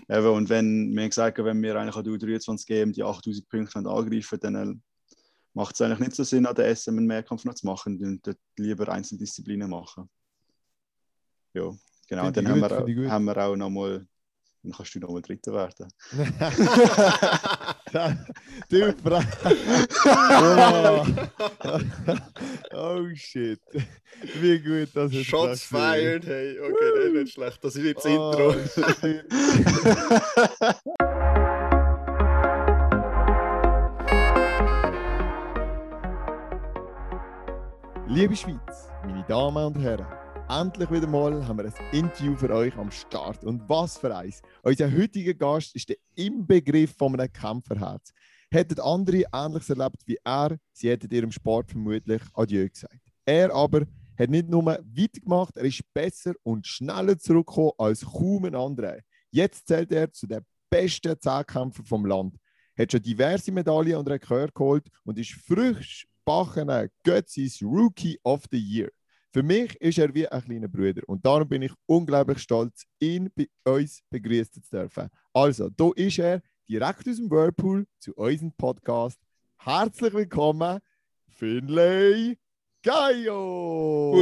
Eben, und wenn wir gesagt haben, wenn wir eigentlich an die U23 geben, die 8000 Punkte angreifen, dann macht es eigentlich nicht so Sinn, an der SM einen Mehrkampf noch zu machen und dort lieber Einzeldisziplinen machen. Ja, genau. Und dann haben wir auch nochmal, dann kannst du nochmal Dritter werden. Du oh shit. Wie gut das ist. Shots fired, hey. Okay, das ist nicht schlecht. Das ist jetzt das Intro. Liebe Schweiz, meine Damen und Herren, endlich wieder mal haben wir ein Interview für euch am Start. Und was für eins! Unser heutiger Gast ist der Inbegriff von einem Kämpferherz. Hätten andere Ähnliches erlebt wie er, sie hätten ihrem Sport vermutlich Adieu gesagt. Er aber hat nicht nur weitergemacht, er ist besser und schneller zurückgekommen als kaum ein anderer. Jetzt zählt er zu den besten Zehnkämpfern vom Land, hat schon diverse Medaillen und Rekorde geholt und ist frisch gebackener Götzis Rookie of the Year. Für mich ist er wie ein kleiner Bruder und darum bin ich unglaublich stolz, ihn bei uns begrüßen zu dürfen. Also, da ist er, direkt aus dem Whirlpool zu unserem Podcast. Herzlich willkommen, Finlay Gaio!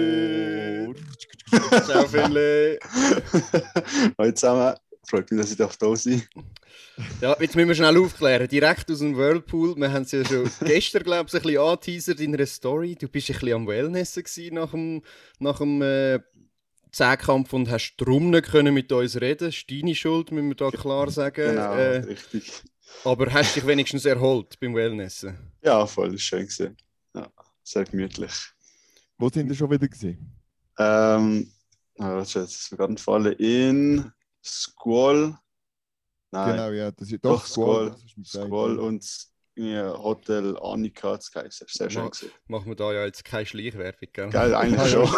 Ciao, Finlay! Hallo zusammen, freut mich, dass ich da sein darf. Ja, jetzt müssen wir schnell aufklären. Direkt aus dem Whirlpool. Wir haben es ja schon gestern, glaube ich, ein bisschen angeteasert in einer Story. Du bist ein bisschen am Wellnessen nach dem Zehnkampf und hast darum nicht können mit uns reden. Das ist deine Schuld, müssen wir da klar sagen. Genau, richtig. Aber hast dich wenigstens erholt beim Wellnessen? Ja, voll schön gewesen. Ja, sehr gemütlich. Wo sind wir schon wieder gewesen? Das ist gerade entfallen in Squall. Nein. Genau, ja, das ist doch Squall. Squall und Hotel Annika, das war sehr schön gewesen. Machen wir da ja jetzt keine Schleichwerbung, gell? Geil, eigentlich schon.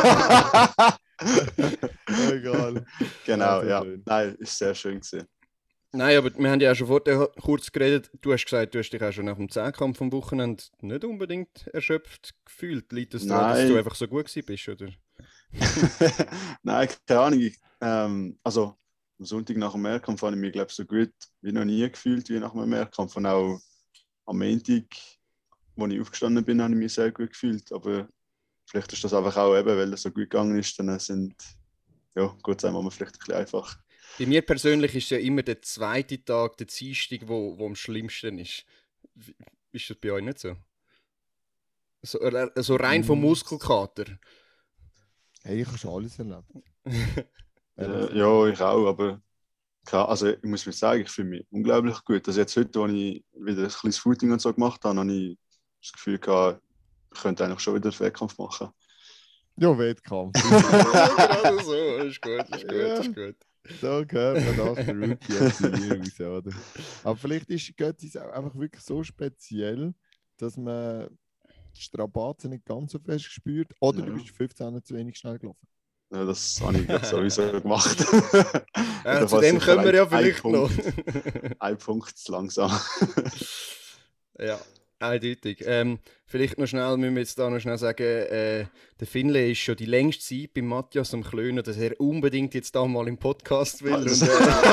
Egal. Genau, also ja. Schön. Nein, ist sehr schön gewesen. Nein, aber wir haben ja auch schon vorher kurz geredet. Du hast gesagt, du hast dich auch schon nach dem Zehnkampf am Wochenende nicht unbedingt erschöpft gefühlt. Liegt das daran, dass du einfach so gut bist, oder? Nein, keine Ahnung. Also am Sonntag nach dem Mehrkampf habe ich mich, glaube ich, so gut wie noch nie gefühlt wie nach dem Mehrkampf. Und auch am Montag, als ich aufgestanden bin, habe ich mich sehr gut gefühlt. Aber vielleicht ist das einfach auch eben, weil es so gut gegangen ist, dann sind, ja, gut sein, wir vielleicht ein bisschen einfach. Bei mir persönlich ist ja immer der zweite Tag, der Dienstag, wo am schlimmsten ist. Ist das bei euch nicht so? So rein vom Muskelkater. Hey, ich habe schon alles erlebt. Ja, ich auch, aber also ich muss mir sagen, ich fühle mich unglaublich gut. Also jetzt heute, als ich wieder ein kleines Footing und so gemacht habe, habe ich das Gefühl gehabt, ich könnte eigentlich schon wieder einen Wettkampf machen. Ja, Wettkampf. Ja, genau so. Ist gut. So gehört man das der Rookie of the Year raus, oder? Aber vielleicht ist Götzis auch einfach wirklich so speziell, dass man die Strapazen nicht ganz so fest spürt. Oder du bist 15 zu wenig schnell gelaufen. Ja, das habe ich jetzt sowieso gemacht. Ja, zu dem kommen wir ja vielleicht noch. Ein Punkt zu langsam. Ja, eindeutig. Vielleicht noch schnell, müssen wir jetzt da noch schnell sagen, der Finlay ist schon die längste Zeit bei Matthias am Klönen, dass er unbedingt jetzt da mal im Podcast will. Also,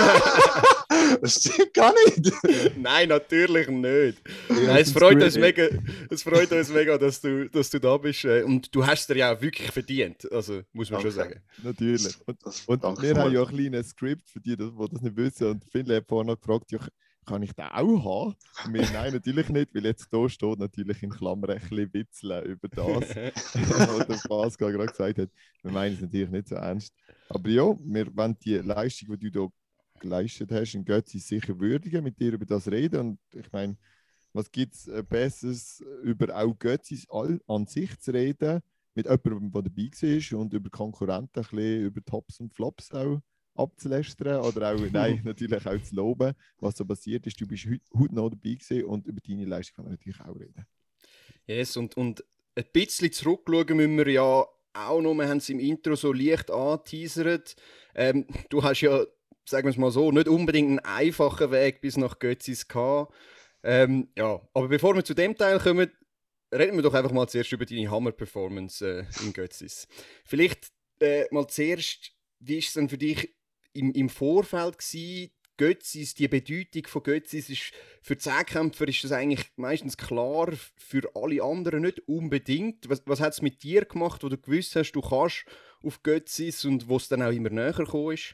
das stimmt gar nicht. Nein, natürlich nicht. Nein, es freut uns mega, dass du da bist. Und du hast es dir ja auch wirklich verdient. Also, muss man schon sagen. Natürlich. Und wir haben ja ein kleines Skript für die das nicht wissen. Und Finlay hat vorhin noch gefragt, ja, kann ich den auch haben? Und wir, nein, natürlich nicht, weil jetzt hier steht natürlich in Klammern ein bisschen witzeln über das, was der Pascal gerade gesagt hat. Wir meinen es natürlich nicht so ernst. Aber ja, wir wollen die Leistung, die du hier geleistet hast, in Götzis sicher würdigen, mit dir über das reden. Und ich meine, was gibt es Besseres, über auch Götzis an sich zu reden, mit jemandem, der dabei war und über Konkurrenten ein bisschen über Tops und Flops auch abzulästern oder auch, nein, natürlich auch zu loben, was so passiert ist. Du bist heute noch dabei gewesen und über deine Leistung kann man natürlich auch reden. Yes, und ein bisschen zurückschauen müssen wir ja auch noch, wir haben es im Intro so leicht angeteasert. Du hast ja, sagen wir es mal so, nicht unbedingt einen einfachen Weg bis nach Götzis gehabt. Ja, aber bevor wir zu dem Teil kommen, reden wir doch einfach mal zuerst über deine Hammer-Performance in Götzis. Vielleicht mal zuerst, wie ist es denn für dich im Vorfeld gewesen, Götzis, die Bedeutung von Götzis ist für Zehnkämpfer ist das eigentlich meistens klar, für alle anderen nicht unbedingt. Was hat es mit dir gemacht, wo du gewusst hast, du kannst auf Götzis und wo es dann auch immer näher gekommen ist?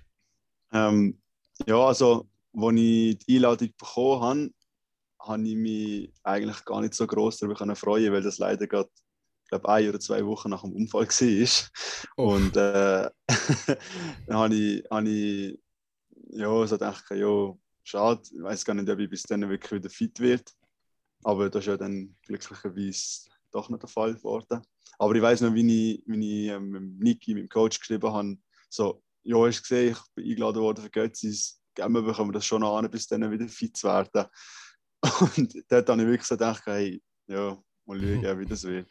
Ja, also, als ich die Einladung bekommen habe, habe ich mich eigentlich gar nicht so gross darüber freuen, weil das leider gerade, ich glaube, 1 oder 2 Wochen nach dem Unfall war. Oh. Und dann habe ich ja, so gedacht, ja, schade, ich weiß gar nicht, ob ich bis dann wirklich wieder fit wird. Aber das ist ja dann glücklicherweise doch nicht der Fall geworden. Aber ich weiß noch, wie ich mit Niki, meinem Coach, geschrieben habe, so, ja, hast du gesehen, ich bin eingeladen worden für Götzis, wir bekommen das schon noch an, bis dann wieder fit zu werden. Und dort habe ich wirklich so gedacht, hey, ja, mal schauen, wie das wird.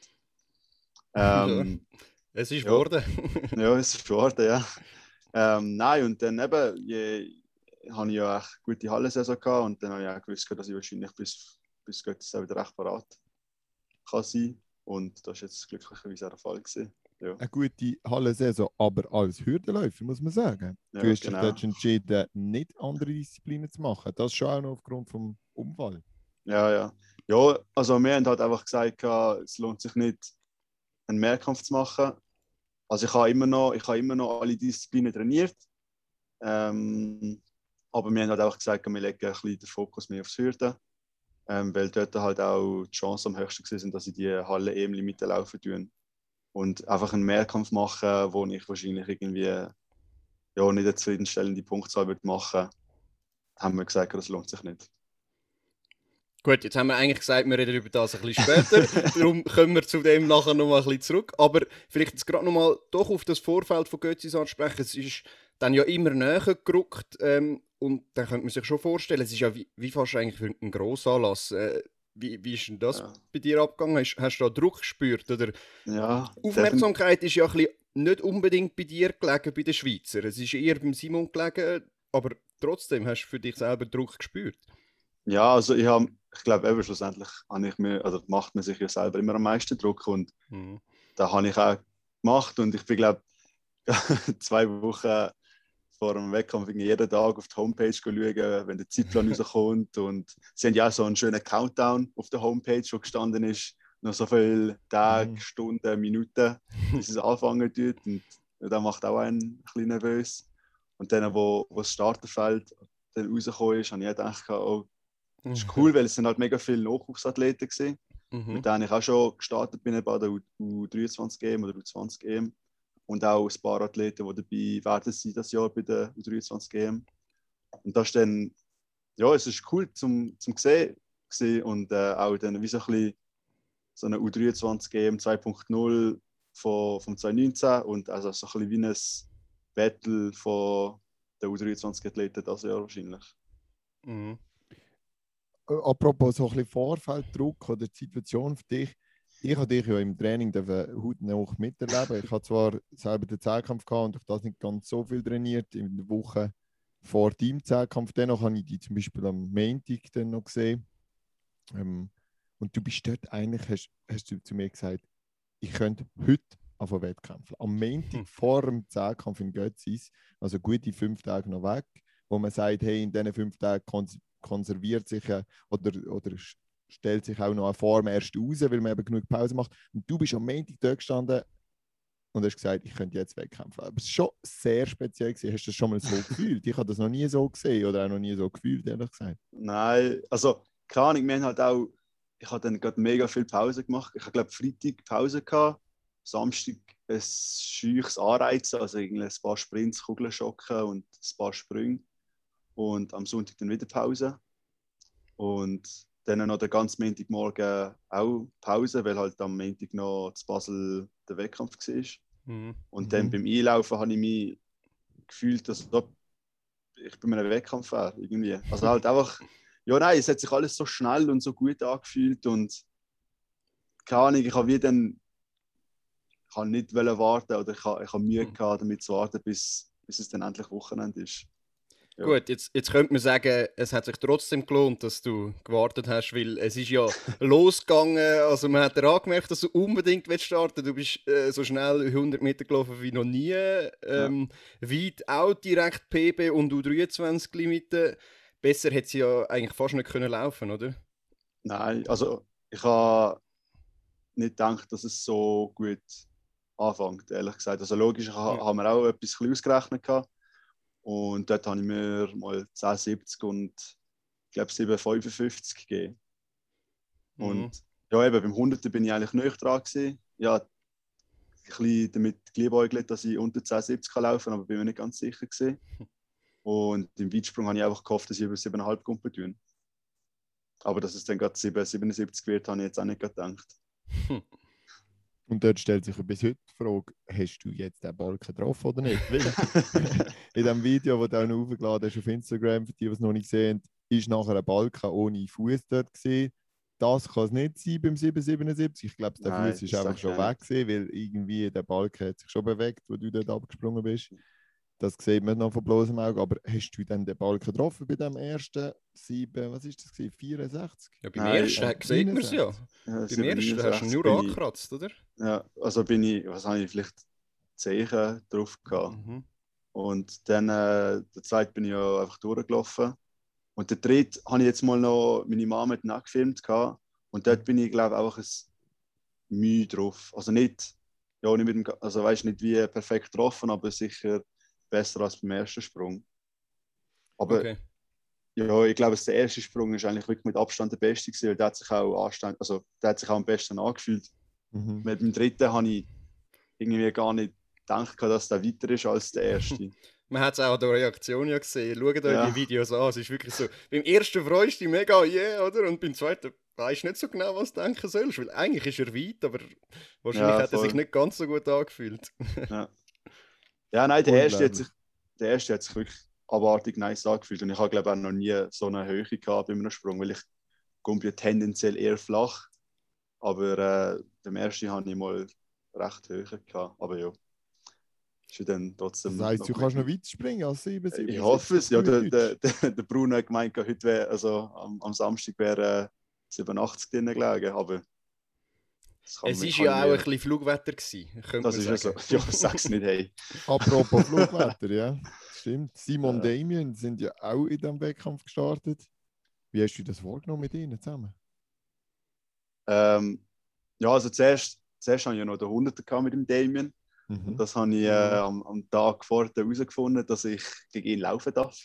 Ja, es ist ja. geworden. Ja, es ist geworden, ja. Nein, und dann eben, habe ich ja echt gute Hallensaison gehabt und dann habe ich auch gewusst, dass ich wahrscheinlich bis Götzis auch wieder recht parat kann sein. Und das war jetzt glücklicherweise auch der Fall gewesen. Ja. Eine gute Hallensaison, aber als Hürdenläufer, muss man sagen. Ja, Du hast genau. dich dort entschieden, nicht andere Disziplinen zu machen. Das schon auch noch aufgrund des Unfalls. Ja. Ja, also wir haben halt einfach gesagt, es lohnt sich nicht, einen Mehrkampf zu machen. Also ich habe immer noch alle Disziplinen trainiert. Aber wir haben halt einfach gesagt, wir legen ein bisschen den Fokus mehr aufs Hürden. Weil dort halt auch die Chance am höchsten war, dass ich die Halle-EM-Limite laufen tue. Und einfach einen Mehrkampf machen, wo ich wahrscheinlich irgendwie ja, nicht eine zufriedenstellende Punktzahl machen würde, haben wir gesagt, das lohnt sich nicht. Gut, jetzt haben wir eigentlich gesagt, wir reden über das ein bisschen später. Darum kommen wir zu dem nachher noch mal ein bisschen zurück. Aber vielleicht jetzt gerade noch mal doch auf das Vorfeld von Götzis ansprechen. Es ist dann ja immer näher gerückt. Und dann könnte man sich schon vorstellen, es ist ja wie fast eigentlich für einen Grossanlass. Wie ist denn das bei dir abgegangen? Hast du da Druck gespürt? Oder? Ja, Aufmerksamkeit ist ja ein bisschen nicht unbedingt bei dir gelegen, bei den Schweizer. Es ist eher beim Simon gelegen, aber trotzdem hast du für dich selber Druck gespürt. Ja, also ich glaube, eben schlussendlich macht man sich ja selber immer am meisten Druck und da habe ich auch gemacht und ich bin, glaube 2 Wochen vor dem Wettkampf jeden Tag auf die Homepage schauen, wenn der Zeitplan rauskommt und sie haben ja auch so einen schönen Countdown auf der Homepage, wo gestanden ist, noch so viele Tage, Stunden, Minuten, bis es anfangen tut und das macht auch einen ein bisschen nervös. Und dann, wo das Starterfeld dann rausgekommen ist, habe ich gedacht, oh, das ist cool, weil es sind halt mega viele Nachwuchsathleten gewesen, mit denen ich auch schon gestartet bin bei der U23-EM oder U20-EM. Und auch ein paar Athleten, die dabei werden sein das Jahr bei der U23-EM. Und das ist dann, ja, es ist cool zum sehen und auch dann wie so ein bisschen so eine U23-EM 2.0 vom 2019 und also so ein bisschen wie ein Battle von der U23-Athleten das Jahr wahrscheinlich. Apropos so ein bisschen Vorfelddruck oder die Situation für dich. Ich habe dich ja im Training hautnah miterleben. Ich habe zwar selber den Zehnkampf gehabt und ich das nicht ganz so viel trainiert in der Woche vor dem Zehnkampf. Dennoch habe ich die zum Beispiel am Montag dann noch gesehen. Und du bist dort eigentlich, hast du zu mir gesagt, ich könnte heute auf einen Wettkämpfen. Am Montag vor dem Zehnkampf in Götzis, also gute 5 Tage noch weg, wo man sagt, hey, in diesen 5 Tagen konserviert sich oder stellt sich auch noch eine Form erst raus, weil man eben genug Pause macht. Und du bist am Montag dort gestanden und hast gesagt, ich könnte jetzt wegkämpfen. Aber es war schon sehr speziell gewesen. Hast du das schon mal so gefühlt? Ich habe das noch nie so gesehen oder auch noch nie so gefühlt, ehrlich gesagt. Nein, also keine Ahnung, wir haben halt auch, ich habe dann gerade mega viel Pause gemacht. Ich habe, glaube Freitag Pause gehabt, Samstag ein scheuches Anreizen, also ein paar Sprints, Kugeln schocken und ein paar Sprünge. Und am Sonntag dann wieder Pause. Und dann noch den ganzen Montagmorgen auch Pause, weil halt am Montag noch zu Basel der Wettkampf war. Und dann beim Einlaufen habe ich mich gefühlt, dass ich bei einem Wettkampf wäre. Irgendwie. Also halt einfach, ja nein, es hat sich alles so schnell und so gut angefühlt und keine Ahnung, ich habe nicht warten oder ich habe Mühe gehabt, damit zu warten, bis es dann endlich Wochenende ist. Ja. Gut, jetzt könnte man sagen, es hat sich trotzdem gelohnt, dass du gewartet hast, weil es ist ja losgegangen, also man hat dir angemerkt, dass du unbedingt starten willst. Du bist so schnell 100 Meter gelaufen wie noch nie, weit auch direkt PB und U23-Limite. Besser hätte sie ja eigentlich fast nicht können laufen, oder? Nein, also ich habe nicht gedacht, dass es so gut anfängt, ehrlich gesagt. Also logisch, haben wir auch etwas ausgerechnet gehabt. Und dort habe ich mir mal 10,70 und ich glaube 7,55 gegeben. Und ja, eben beim 100. bin ich eigentlich nicht dran gewesen. Ja, ein bisschen damit geliebäugelt, dass ich unter 10,70 laufen kann, aber bin mir nicht ganz sicher gewesen. Und im Weitsprung habe ich einfach gehofft, dass ich über 7,5 Kumpel tun. Aber dass es dann gerade 7,77 wird, habe ich jetzt auch nicht gedacht. Und dort stellt sich bis heute die Frage, hast du jetzt den Balken drauf oder nicht? Weil in dem Video, das du auch noch hochgeladen hast auf Instagram, für die, die es noch nicht sehen, ist nachher ein Balken ohne Fuß dort gewesen. Das kann es nicht sein beim 777. Ich glaube, der Fuß ist einfach schon weg gewesen, weil irgendwie der Balken hat sich schon bewegt, wo du dort abgesprungen bist. Das sieht man noch von bloßem Auge. Aber hast du dann den Balken getroffen bei dem ersten 7, was ist das gewesen? 64? Ja, beim ersten sieht man es ja. Beim ersten hast du nur angekratzt, oder? Ja, also bin ich, was habe ich, vielleicht 10 drauf gehabt. Und dann, der zweite bin ich ja einfach durchgelaufen. Und der dritte habe ich jetzt mal noch meine Mama mit nachgefilmt gehabt. Und dort bin ich, glaube ich, auch ein Mühe drauf. Also nicht, ja, nicht mit dem, also weißt nicht wie perfekt getroffen, aber sicher besser als beim ersten Sprung. Aber ja, ich glaube, der erste Sprung ist eigentlich wirklich mit Abstand der beste gewesen, weil der hat sich auch der hat sich auch am besten angefühlt. Mit dem dritten habe ich irgendwie gar nicht gedacht, dass der weiter ist als der erste. Man hat es auch an der Reaktion ja gesehen. Schaut euch die Videos an. Es ist wirklich so, beim ersten freust du dich mega, oder? Und beim zweiten weißt du nicht so genau, was du denken sollst. Weil eigentlich ist er weit, aber wahrscheinlich hat er sich nicht ganz so gut angefühlt. Ja, nein, der erste hat sich wirklich abartig nice angefühlt. Und ich habe, glaube ich, auch noch nie so eine Höhe gehabt bei einem Sprung, weil ich komme ja tendenziell eher flach. Aber beim ersten hatte ich mal recht hoch gehabt. Aber ja, ist dann trotzdem. Das heisst, du kannst noch weit springen als 7,7? Ich hoffe es. Ja, der Bruno hat gemeint, heute wäre, also am Samstag wäre 87 drin gelegen. Aber es war ja auch ein bisschen Flugwetter. Das ist ja so. Ja, sag's nicht, hey. Apropos Flugwetter, ja. Stimmt. Simon und Damien sind ja auch in diesem Wettkampf gestartet. Wie hast du das vorgenommen mit ihnen zusammen? Ja, also zuerst hatte ich ja noch den 100er mit dem Damien. Und das habe ich am Tag vorher herausgefunden, dass ich gegen ihn laufen darf.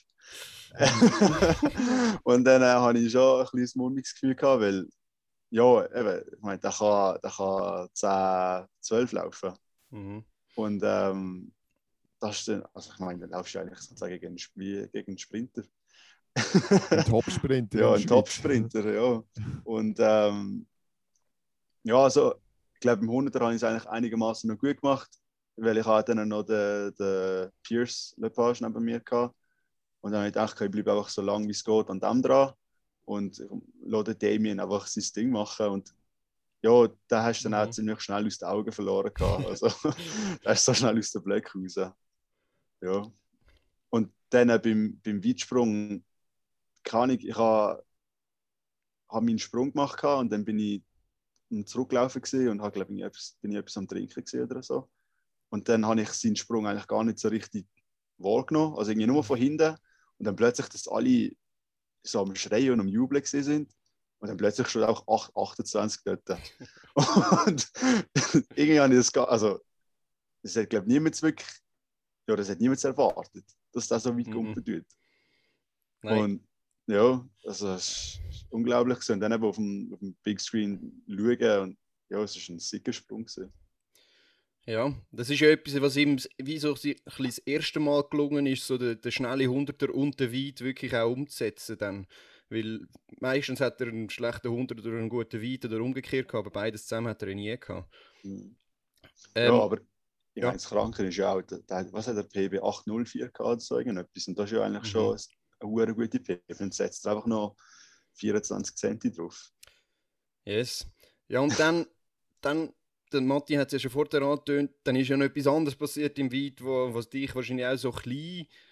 Und dann habe ich schon ein kleines mulmiges Gefühl gehabt, weil ja, eben, ich meine, der kann 10, 12 laufen. Und das ist dann, also ich meine, dann laufst du eigentlich sozusagen gegen einen Sprinter. Ein Top-Sprinter. Ja, ein Top-Sprinter, ja. Und ja, also ich glaube, im 100er habe ich es eigentlich einigermaßen noch gut gemacht, weil ich hatte dann noch den Pierce Lepage neben mir gehabt. Und dann habe ich gedacht, ich bleibe einfach so lange wie es geht an dem dran und lasse Damien einfach sein Ding machen. Und ja, da hast du dann auch ziemlich schnell aus den Augen verloren gehabt. Also da ist so schnell aus dem Blick raus. Ja. Und dann beim Weitsprung, ich habe meinen Sprung gemacht und dann bin ich zurückgelaufen und habe, glaube ich, bin ich etwas am Trinken oder so. Und dann habe ich seinen Sprung eigentlich gar nicht so richtig wahrgenommen, also irgendwie nur von hinten. Und dann plötzlich, dass alle so am Schreien und am Jubeln sind. Und dann plötzlich schon auch 28 dort. Und irgendwie habe ich also das hat, glaube ich, niemand wirklich, ja, das hat niemand erwartet, dass das so weit kommt. Und ja, also es ist unglaublich gewesen. Und dann eben auf dem Big Screen schauen und ja, es war ein sicker Sprung gewesen. Ja, das ist ja etwas, was ihm wie so das erste Mal gelungen ist, so den schnelle 100er und den Weit wirklich auch umzusetzen dann. Weil meistens hat er einen schlechten 100er oder einen guten Weit oder umgekehrt gehabt, aber beides zusammen hat er nie gehabt. Ja, aber das Kranke ist ja auch, was hat der PB 804 gehabt oder so irgendetwas? Und das ist ja eigentlich schon eine gute PB. Und setzt einfach noch 24 Cent drauf. Yes. Ja, und dann der Matti hat es ja schon vorher angetönt, dann ist ja noch etwas anderes passiert im Weit, was dich wahrscheinlich auch so klein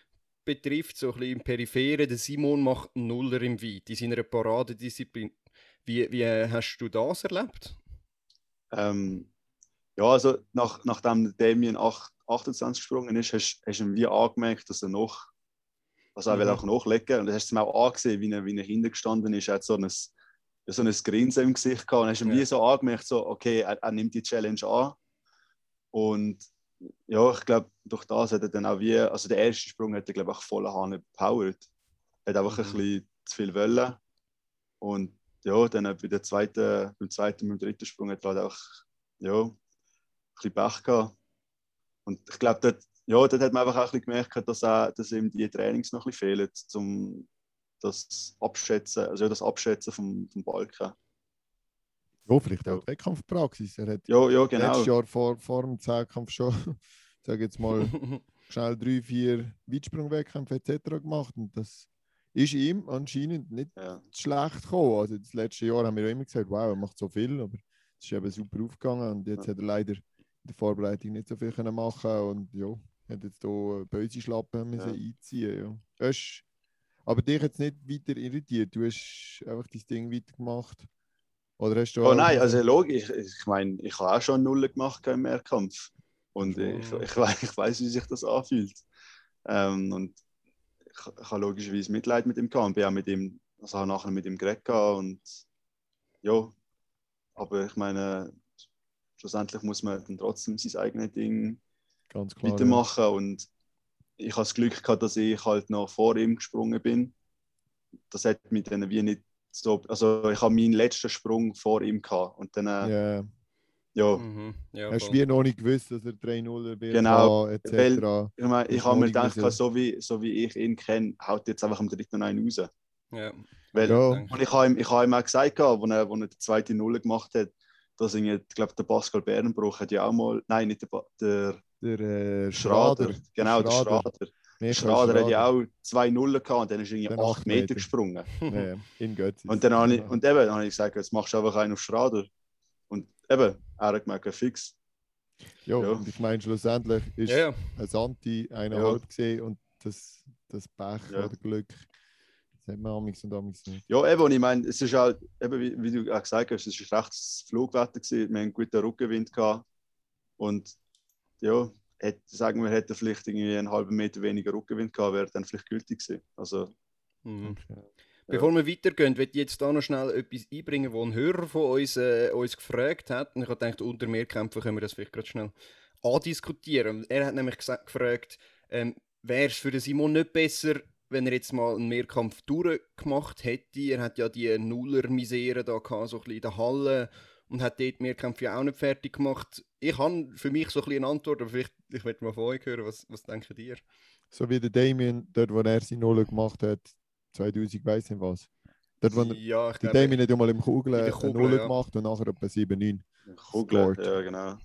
betrifft, so ein bisschen im Peripheren, der Simon macht einen Nuller im Weit, in seiner Paradedisziplin. Wie hast du das erlebt? Ja, also nachdem Damien 28 gesprungen ist, hast du ihm wie angemerkt, dass er noch, also er will auch nachlegen. Und dann hast du ihm auch angesehen, wie er hinten gestanden ist. Er hat so ein Grinsen im Gesicht gehabt. Und hast ihm wie so angemerkt, so, okay, er nimmt die Challenge an. Und ja, ich glaube, durch das hat er dann auch wie, also der erste Sprung hat er, glaube ich, auch voller Hahn gepowert. Er hat einfach ein bisschen zu viel wollen. Und ja, dann beim zweiten und dritten Sprung hat er halt auch, ja, ein bisschen Pech gehabt. Und ich glaube, dort hat man einfach auch ein bisschen gemerkt, dass ihm die Trainings noch ein bisschen fehlen, um das Abschätzen vom Balken. Ja, vielleicht auch die Wettkampfpraxis. Er hat Ja, genau. letztes Jahr vor dem Zehnkampf schon, sage jetzt mal, schnell 3, 4 Weitsprung-Wettkämpfe etc. gemacht. Und das ist ihm anscheinend nicht schlecht gekommen. Also das letzte Jahr haben wir ja immer gesagt, wow, er macht so viel, aber es ist eben super aufgegangen. Und jetzt hat er leider in der Vorbereitung nicht so viel können machen und ja, hat jetzt hier böse Schlappen müssen einziehen. Ja. Aber dich jetzt nicht weiter irritiert. Du hast einfach dein Ding weitergemacht. Oder hast du nein, also logisch. Ich meine, ich habe auch schon Null gemacht im Mehrkampf. Und ich weiß, wie sich das anfühlt. Und ich habe logischerweise Mitleid mit ihm gehabt. Ich bin auch mit ihm, also habe nachher mit ihm geredet und ja, aber ich meine, schlussendlich muss man dann trotzdem sein eigenes Ding ganz klar weitermachen. Ja. Und ich habe das Glück gehabt, dass ich halt noch vor ihm gesprungen bin. Das hat mich dann wie nicht so, also ich habe meinen letzten Sprung vor ihm gehabt und dann ja. Hast du wie noch nicht gewusst, dass er 3-0 wird genau, etc. Weil, ich habe mir gedacht, so wie ich ihn kenne, haut jetzt einfach am dritten einen raus. Ja. Weil, und ich habe ihm auch gesagt, als er die zweite Null gemacht hat, dass ich glaube, der Pascal Bernbruch hat ja auch mal, nein, nicht der Schrader. Genau, der Schrader. Der Schrader hat ja auch 2-0 gehabt und dann ist er 8 Meter gesprungen. Ja, in Götzis. Und dann habe ich gesagt, jetzt machst du einfach einen auf Schrader. Und eben, er hat gemerkt, fix. Ja, und ich meine, schlussendlich ist ein Santi 1,5 gesehen und das Pech oder Glück, das hat man amigs und amigs nicht. Ja, eben, und ich meine, es ist halt, eben, wie du auch gesagt hast, es war rechtes Flugwetter gewesen, wir hatten einen guten Rückenwind gehabt. Und ja, sagen wir, hätte vielleicht irgendwie einen halben Meter weniger Rückenwind gehabt, wäre dann vielleicht gültig gewesen. Also, Bevor wir weitergehen, möchte ich jetzt da noch schnell etwas einbringen, was ein Hörer von uns gefragt hat. Und ich habe gedacht, unter Mehrkämpfen können wir das vielleicht gerade schnell andiskutieren. Er hat nämlich gefragt, wäre es für den Simon nicht besser, wenn er jetzt mal einen Mehrkampf durchgemacht hätte? Er hat ja die Nuller-Misere da gehabt, so ein bisschen in der Halle und hat dort Mehrkämpfe ja auch nicht fertig gemacht. Ich habe für mich so ein bisschen eine Antwort, aber vielleicht, ich möchte mal von euch hören, was denkt ihr? So wie der Damien, dort wo er seine Nuller gemacht hat, 2000, weiss nicht was. Dort, wo der Damien hat ja mal im Kugel eine Null gemacht und nachher etwa 7-9. Kugel, ja genau.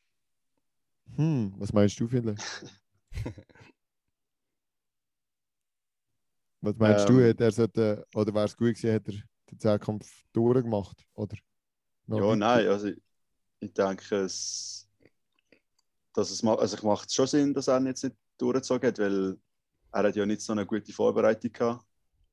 Was meinst du, Philipp? Was meinst du, hat er sollte, oder wäre es gut gewesen, hat er den Zehnkampf durchgemacht? Oder nein, also ich denke, ich macht es schon Sinn, dass er jetzt nicht durchgezogen hat, weil er hat ja nicht so eine gute Vorbereitung gehabt.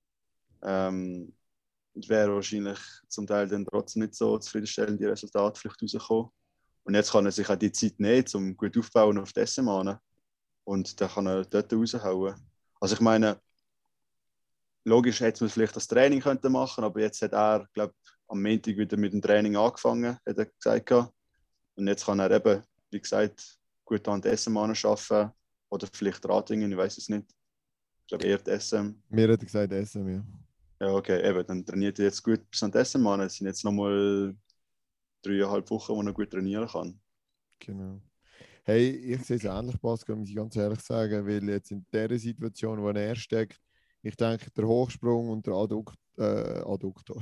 Wäre wahrscheinlich zum Teil dann trotzdem nicht so zufriedenstellende Resultate vielleicht rausgekommen. Und jetzt kann er sich auch die Zeit nehmen, um gut aufzubauen auf das SM. Und dann kann er dort raushauen. Also ich meine, logisch hätte man vielleicht das Training machen können, aber jetzt hat er, glaube ich, am Montag wieder mit dem Training angefangen, hat er gesagt. Und jetzt kann er eben, wie gesagt, gut an die SM arbeiten oder vielleicht Ratingen, ich weiß es nicht. Ich glaube eher die SM. Mir hat er gesagt SM, ja. Ja, okay, eben, dann trainiert er jetzt gut bis an die SM. Es sind jetzt nochmal 3,5 Wochen, wo er gut trainieren kann. Genau. Hey, ich sehe es ähnlich, Pascal, muss ich ganz ehrlich sagen, weil jetzt in der Situation, wo er steckt, ich denke, der Hochsprung und der Adduktor.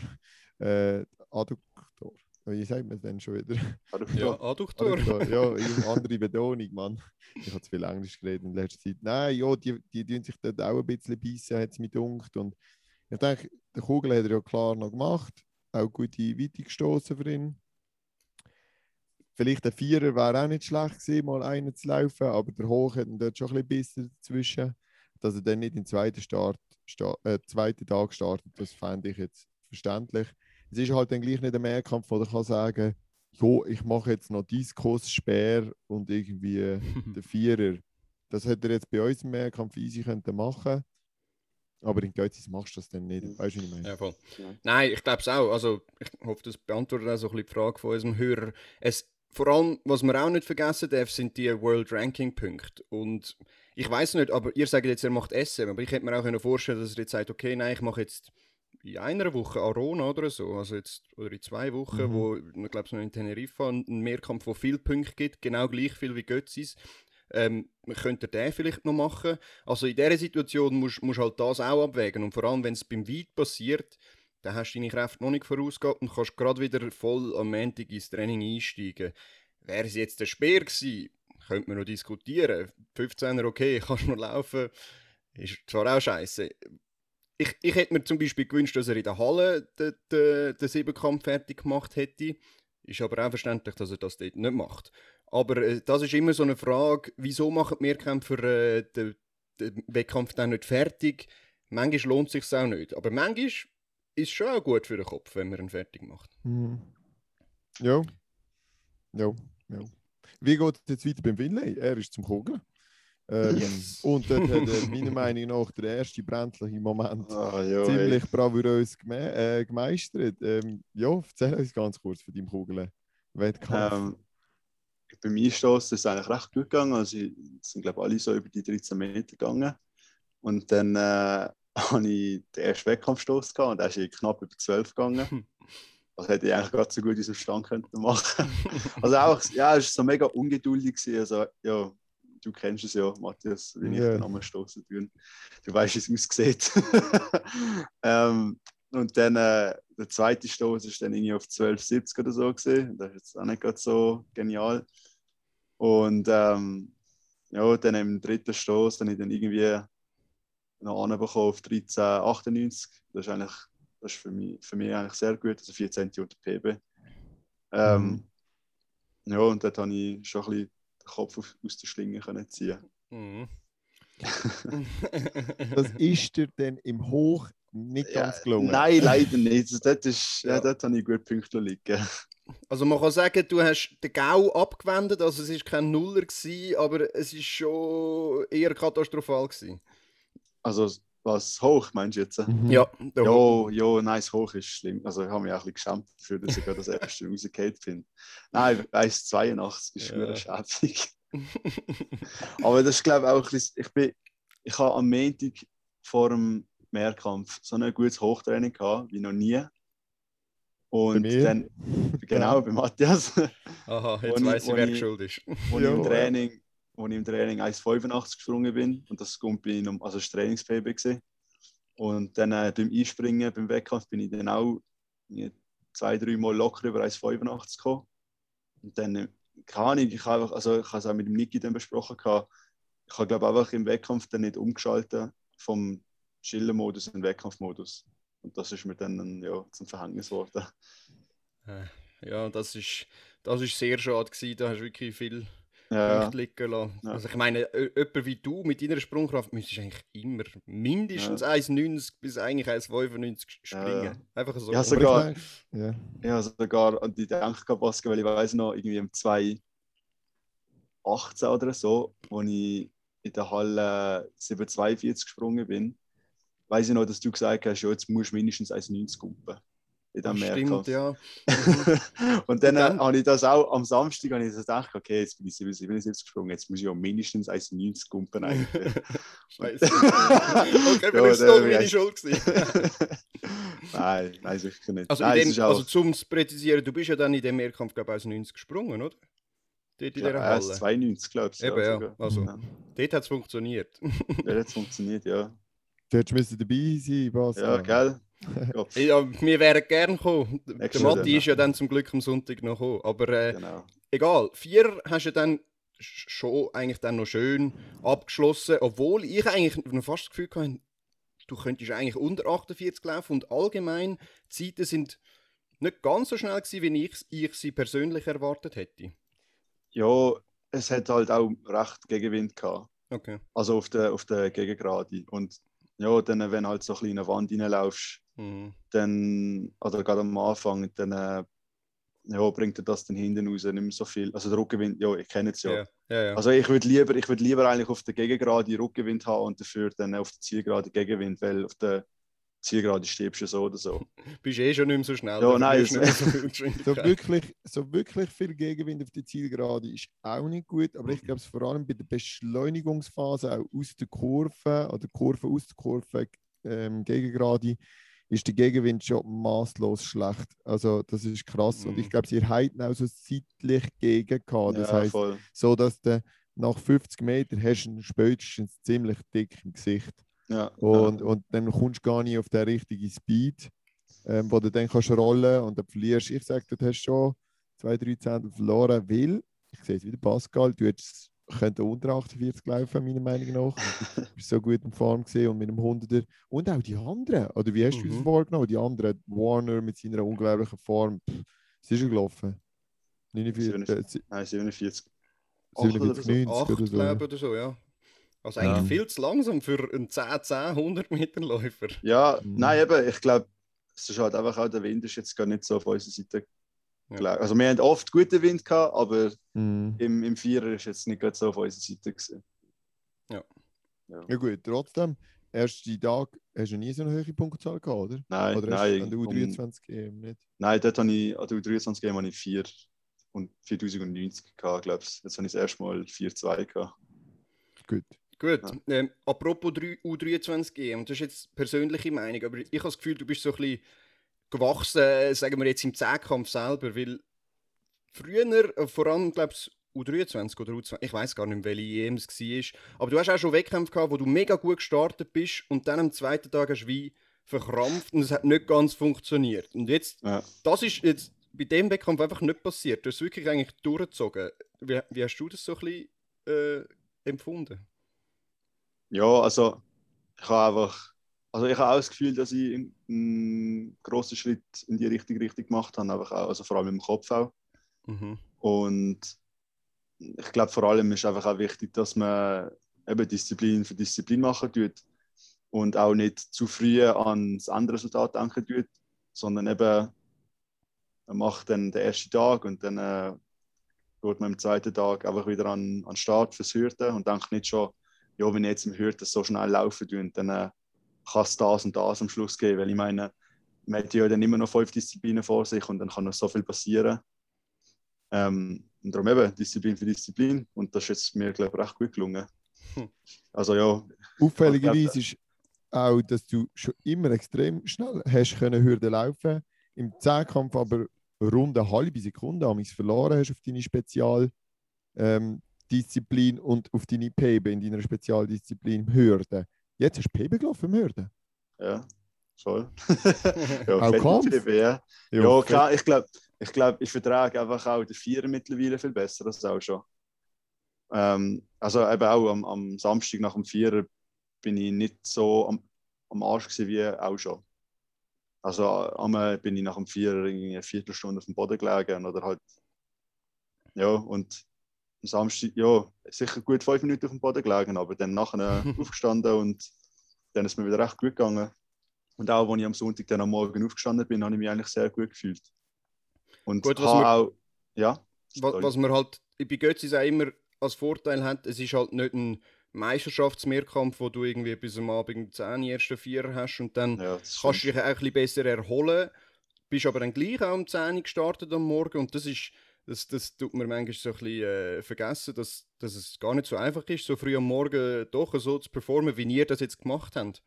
Wie sagt man es denn schon wieder? Ja, Adduktor. Ja, andere Betonung, Mann. Ich habe zu viel Englisch geredet in letzter Zeit. Nein, ja, die tun sich dort auch ein bisschen beißen, hat es mich gedacht. Und ich denke, der Kugel hat er ja klar noch gemacht. Auch gute Weite gestoßen für ihn. Vielleicht ein Vierer wäre auch nicht schlecht gewesen, mal einen zu laufen, aber der Hoch hat dort schon ein bisschen dazwischen. Ich dass er dann nicht im zweiten Tag startet, das fände ich jetzt verständlich. Es ist halt dann gleich nicht ein Mehrkampf, wo er kann sagen, jo, ich mache jetzt noch Diskus, Speer und irgendwie den Vierer. Das hätte er jetzt bei uns im Mehrkampf easy machen. Aber in Götzis machst du das dann nicht. Weißt du, was ich meine? Ja, voll. Ja. Nein, ich glaube es auch. Also, ich hoffe, das beantwortet auch so ein bisschen die Frage von unserem Hörer. Vor allem, was man auch nicht vergessen darf, sind die World Ranking Punkte. Und ich weiß nicht, aber ihr sagt jetzt, er macht SM, aber ich hätte mir auch vorstellen können, dass er jetzt sagt, okay, nein, ich mache jetzt in einer Woche Arona oder so, also jetzt, oder in 2 Wochen, wo, ich glaube, so in Teneriffa einen Mehrkampf, wo viele Punkte gibt, genau gleich viel wie Götzis. Könnte der vielleicht noch machen. Also in dieser Situation musst du halt das auch abwägen. Und vor allem, wenn es beim Weit passiert, dann hast du deine Kräfte noch nicht vorausgehabt und kannst gerade wieder voll am Montag ins Training einsteigen. Wäre es jetzt der Speer gewesen, könnte man noch diskutieren. 15er, okay, kannst noch laufen. Ist zwar auch scheiße. Ich hätte mir zum Beispiel gewünscht, dass er in der Halle den 7-Kampf fertig gemacht hätte. Ist aber auch verständlich, dass er das dort nicht macht. Aber das ist immer so eine Frage, wieso machen die Mehrkämpfer den Wettkampf dann nicht fertig? Manchmal lohnt es sich auch nicht. Aber manchmal ist es schon auch gut für den Kopf, wenn man ihn fertig macht. Ja. Wie geht es jetzt weiter beim Winley? Er ist zum Kugeln. Yes. Und dort hat er meiner Meinung nach der erste brenzliche Moment ziemlich Hey. bravourös gemeistert. Ja, erzähl uns ganz kurz von deinem Kugeln-Wettkampf. Beim Einstoßen ist es eigentlich recht gut gegangen. Also, es sind, glaube ich, alle so über die 13 Meter gegangen. Und dann habe ich den ersten Wettkampfstoß gehabt und der ist knapp über 12 gegangen. Das hätte ich eigentlich gerade so gut in diesem Stand machen. Also auch, ja, es war so mega ungeduldig gewesen. Also, ja, du kennst es ja, Matthias, wie ich den Namen stoßen tue. Du weißt, wie es aussieht. Und dann der zweite Stoß ist dann irgendwie auf 12,70 oder so gesehen. Das ist jetzt auch nicht gerade so genial. Und ja, dann im dritten Stoß dann ich dann irgendwie noch anbekommen auf 13,98. Das ist für mich eigentlich sehr gut, also 4 cm unter PB. Ja, und dort habe ich schon ein bisschen den Kopf aus der Schlinge können ziehen. Das ist dir dann im Hoch nicht ganz gelungen? Nein, leider nicht. Also dort habe ich gut Punkte liegen. Also man kann sagen, du hast den GAU abgewendet, also es war kein Nuller gewesen, aber es war schon eher katastrophal gewesen. Also was hoch meinst du jetzt? Ja, nice, hoch ist schlimm. Also ich habe mich auch ein bisschen geschämt dafür, dass ich gerade das erste rausgefallen bin. Nein, 1,82 ist schon schäbig. Aber das ist, glaube ich, auch ein bisschen, ich habe am Montag vor dem Mehrkampf so ein gutes Hochtraining gehabt, wie noch nie. Und dann, genau, bei Matthias. Aha, jetzt weiss ich, wer schuld ist. Wo ich im Training 1,85 gesprungen bin. Und das war also das Trainings-PB gewesen. Und dann beim Einspringen, beim Wettkampf, bin ich dann auch 2-3 Mal locker über 1,85 gekommen. Und dann, keine Ahnung, ich habe es auch mit dem Niki dann besprochen, ich habe, glaube ich, einfach im Wettkampf dann nicht umgeschaltet vom Chillen-Modus in den Wettkampfmodus. Und das ist mir dann zum Verhängnis geworden. Ja, das ist sehr schade gewesen. Da hast du wirklich viel Punkte liegen lassen. Ja. Also ich meine, jemand wie du mit deiner Sprungkraft müsstest eigentlich immer mindestens 1,90 bis eigentlich 1,95 springen. Einfach so. Ja, sogar und ich denke, weil ich weiss noch, irgendwie im 2018 oder so, wo ich in der Halle 7,42 gesprungen bin, weiss ich noch, dass du gesagt hast, ja, jetzt musst du mindestens 1,90 kumpen. In diesem Mehrkampf. Stimmt, ja. Und dann habe ich das auch am Samstag gedacht, okay, jetzt bin ich 77 gesprungen, jetzt muss ich auch mindestens 1,90 kumpen eigentlich. Scheiße. Okay, vielleicht ist es doch meine Schuld gewesen. Nein, sicher nicht. Also, zum zu präzisieren, du bist ja dann in dem Mehrkampf, glaube ich, 1,90 gesprungen, oder? Dort in dieser Halle. 1,92, glaube ich. Eben, ja. Also, dort hat es funktioniert. Dort hat es funktioniert, ja. Du hättest dabei sein, Bas. Ja, gell? Ja, wir wären gerne gekommen. Der Matti ist ja dann zum Glück am Sonntag noch gekommen. Aber egal, 4 hast du dann schon eigentlich dann noch schön abgeschlossen, obwohl ich eigentlich noch fast das Gefühl hatte, du könntest eigentlich unter 48 laufen und allgemein die Zeiten sind nicht ganz so schnell gewesen, wie ich sie persönlich erwartet hätte. Ja, es hat halt auch recht Gegenwind gehabt. Okay. Also auf der Gegengrade. Und ja, dann, wenn halt so ein bisschen in eine Wand reinlaufst, dann, oder gerade am Anfang, dann ja, bringt dir das dann hinten raus nicht mehr so viel. Also der Rückenwind, ja, ich kenne es ja. Ja, ja, ja. Also ich würd lieber eigentlich auf der Gegengrade Rückenwind haben und dafür dann auf der Zielgerade Gegenwind, weil auf der Zielgerade stirbst du so oder so. Bist eh schon nicht mehr so schnell, Ja, da nein, verlierst du nicht mehr so viel Geschwindigkeit. So wirklich viel Gegenwind auf die Zielgerade ist auch nicht gut, aber ich glaube, vor allem bei der Beschleunigungsphase auch aus der Kurve oder Kurve aus der Kurve Gegengrade ist der Gegenwind schon maßlos schlecht. Also das ist krass. Und ich glaube, sie hatten auch so seitlich gegen gehabt. Das Ja, heisst, voll. so dass du nach 50 Metern hast du ihn spätestens ziemlich dick im Gesicht. Ja, Und dann kommst du gar nicht auf den richtigen Speed, wo du dann kannst rollen und dann verlierst. Ich sage, du hast schon 2-3 Zehntel verloren, weil, ich sehe es wieder, Pascal, du hättest unter 48 laufen, meiner Meinung nach. Du bist so gut in Form gesehen und mit einem 100er. Und auch die anderen, oder wie hast du das vorgenommen? Die anderen, Warner mit seiner unglaublichen Form, was ist er gelaufen? 47, nein, 47. 47, 90 8, oder so. glaube ich, oder so, ja. Also eigentlich viel zu langsam für einen 10-10 100-Meter-Läufer. Ja, nein, eben, ich glaube, es ist halt einfach auch, der Wind ist jetzt gar nicht so auf unserer Seite. Ja. Also wir haben oft guten Wind gehabt, aber im Vierer ist jetzt nicht gerade so auf unserer Seite gewesen. Ja gut, trotzdem, ersten Tag hast du nie so eine hohe Punktzahl gehabt, oder? Nein, oder nein. An der U23 EM nicht? Nein, dort habe ich, an der U23 EM habe ich 4 und 4090 gehabt, glaube ich. Jetzt habe ich das erste Mal 4,2 gehabt. Gut. Ja. Apropos U23 EM, das ist jetzt persönliche Meinung, aber ich habe das Gefühl, du bist so ein bisschen gewachsen, sagen wir jetzt im Zehnkampf selber, weil früher, vor allem, glaube ich, U23 oder U20, ich weiß gar nicht mehr, welche EM es war, aber du hast auch schon Wettkämpfe gehabt, wo du mega gut gestartet bist und dann am zweiten Tag hast du wie verkrampft und es hat nicht ganz funktioniert. Und jetzt, das ist jetzt bei dem Wettkampf einfach nicht passiert. Du hast es wirklich eigentlich durchgezogen. Wie hast du das so ein bisschen empfunden? Ja, also ich habe auch das Gefühl, dass ich einen grossen Schritt in die richtige Richtung gemacht habe, einfach auch, also vor allem im Kopf auch. Und ich glaube, vor allem ist einfach auch wichtig, dass man eben Disziplin für Disziplin machen tut und auch nicht zu früh an das Endresultat denken tut, sondern eben man macht dann den ersten Tag und dann geht man am zweiten Tag einfach wieder an den Start fürs Hürden und denkt nicht schon, ja, wenn ich jetzt im Hürden so schnell laufen tue, dann kann es das und das am Schluss geben, weil ich meine, man hat ja dann immer noch 5 Disziplinen vor sich und dann kann noch so viel passieren. Und darum eben Disziplin für Disziplin und das ist jetzt mir, glaube ich, recht gut gelungen. Also ja. Auffälligerweise ist auch, dass du schon immer extrem schnell hast können Hürden laufen, im Zehnkampf aber rund eine halbe Sekunde amigs verloren hast auf deine Spezialdisziplin und auf deine PB in deiner Spezialdisziplin Hürden. Jetzt hast du PB gelaufen im Hürden. Ja, voll. Ja, auch Kampf? PB, ja. Ja, klar, ich glaube, ich vertrage einfach auch den Vierer mittlerweile viel besser als auch schon. Also eben auch am Samstag nach dem Vierer bin ich nicht so am Arsch gewesen wie auch schon. Also einmal bin ich nach dem Vierer irgendwie eine Viertelstunde auf dem Boden gelegen oder halt, ja, und am Samstag, ja, sicher gut 5 Minuten auf dem Boden gelegen, aber dann nachher aufgestanden und dann ist mir wieder recht gut gegangen. Und auch, als ich am Sonntag dann am Morgen aufgestanden bin, habe ich mich eigentlich sehr gut gefühlt. Und gut, was man halt bei Götzis auch immer als Vorteil hat, es ist halt nicht ein Meisterschaftsmehrkampf, wo du irgendwie bis am Abend 10 ersten Vierer hast und dann kannst du dich auch ein bisschen besser erholen. Bist aber dann gleich auch um 10 gestartet am Morgen und das tut man manchmal so ein bisschen vergessen, dass es gar nicht so einfach ist, so früh am Morgen doch so zu performen, wie ihr das jetzt gemacht habt.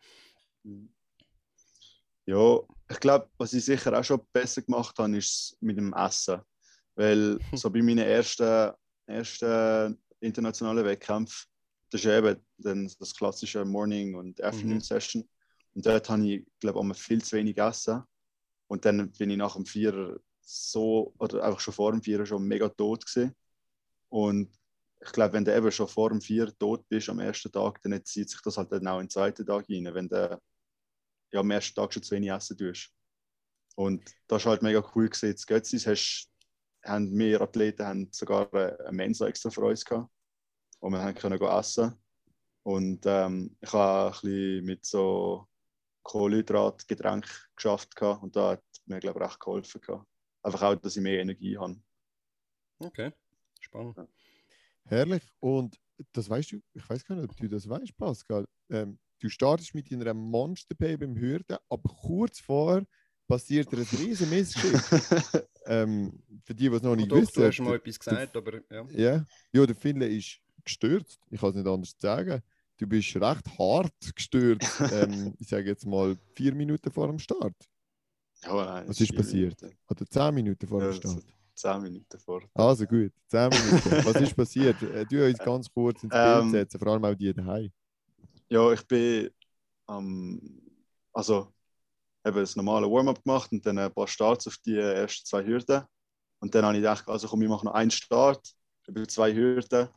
Ja, ich glaube, was ich sicher auch schon besser gemacht habe, ist mit dem Essen. Weil so bei meinen ersten internationalen Wettkämpfen, das ist eben dann das klassische Morning- und Afternoon-Session. Und dort habe ich, glaube ich, viel zu wenig gegessen. Und dann bin ich nach dem Vierer oder einfach schon vor dem Vierer schon mega tot gewesen. Und ich glaube, wenn du eben schon vor dem Vierer tot bist am ersten Tag, dann zieht sich das halt dann auch in den zweiten Tag rein, wenn du am ersten Tag schon zu wenig essen tust. Und das war halt mega cool gewesen. Zu Götzis haben wir Athleten sogar eine Mensa extra für uns gehabt, wo wir können essen. Und ich habe ein bisschen mit so Kohlenhydratgetränk geschafft gehabt, und da hat mir, glaube ich, recht geholfen gehabt. Einfach auch, dass ich mehr Energie habe. Okay, spannend. Ja. Herrlich. Und das weißt du, ich weiß gar nicht, ob du das weißt, Pascal. Du startest mit einer Monster-Pay beim Hürden, aber kurz vorher passiert dir ein riesen Missgeschick. Für die es noch nicht Doch, wissen. du hast schon mal etwas gesagt, aber ja. Ja, der Finle ist gestürzt. Ich kann es nicht anders sagen. Du bist recht hart gestürzt. Ich sage jetzt mal 4 Minuten vor dem Start. Ja, nein, Was ist passiert? Minuten. Oder 10 Minuten vor dem Ja, Start? 10 Minuten vor. Also gut, 10 Minuten. Was ist passiert? Du uns ganz kurz ins Bild setzen, vor allem auch die daheim. Ja, ich bin also eben das normale Warm-up gemacht und dann ein paar Starts auf die ersten 2 Hürden. Und dann habe ich gedacht, also komm, ich mache noch einen Start über 2 Hürden.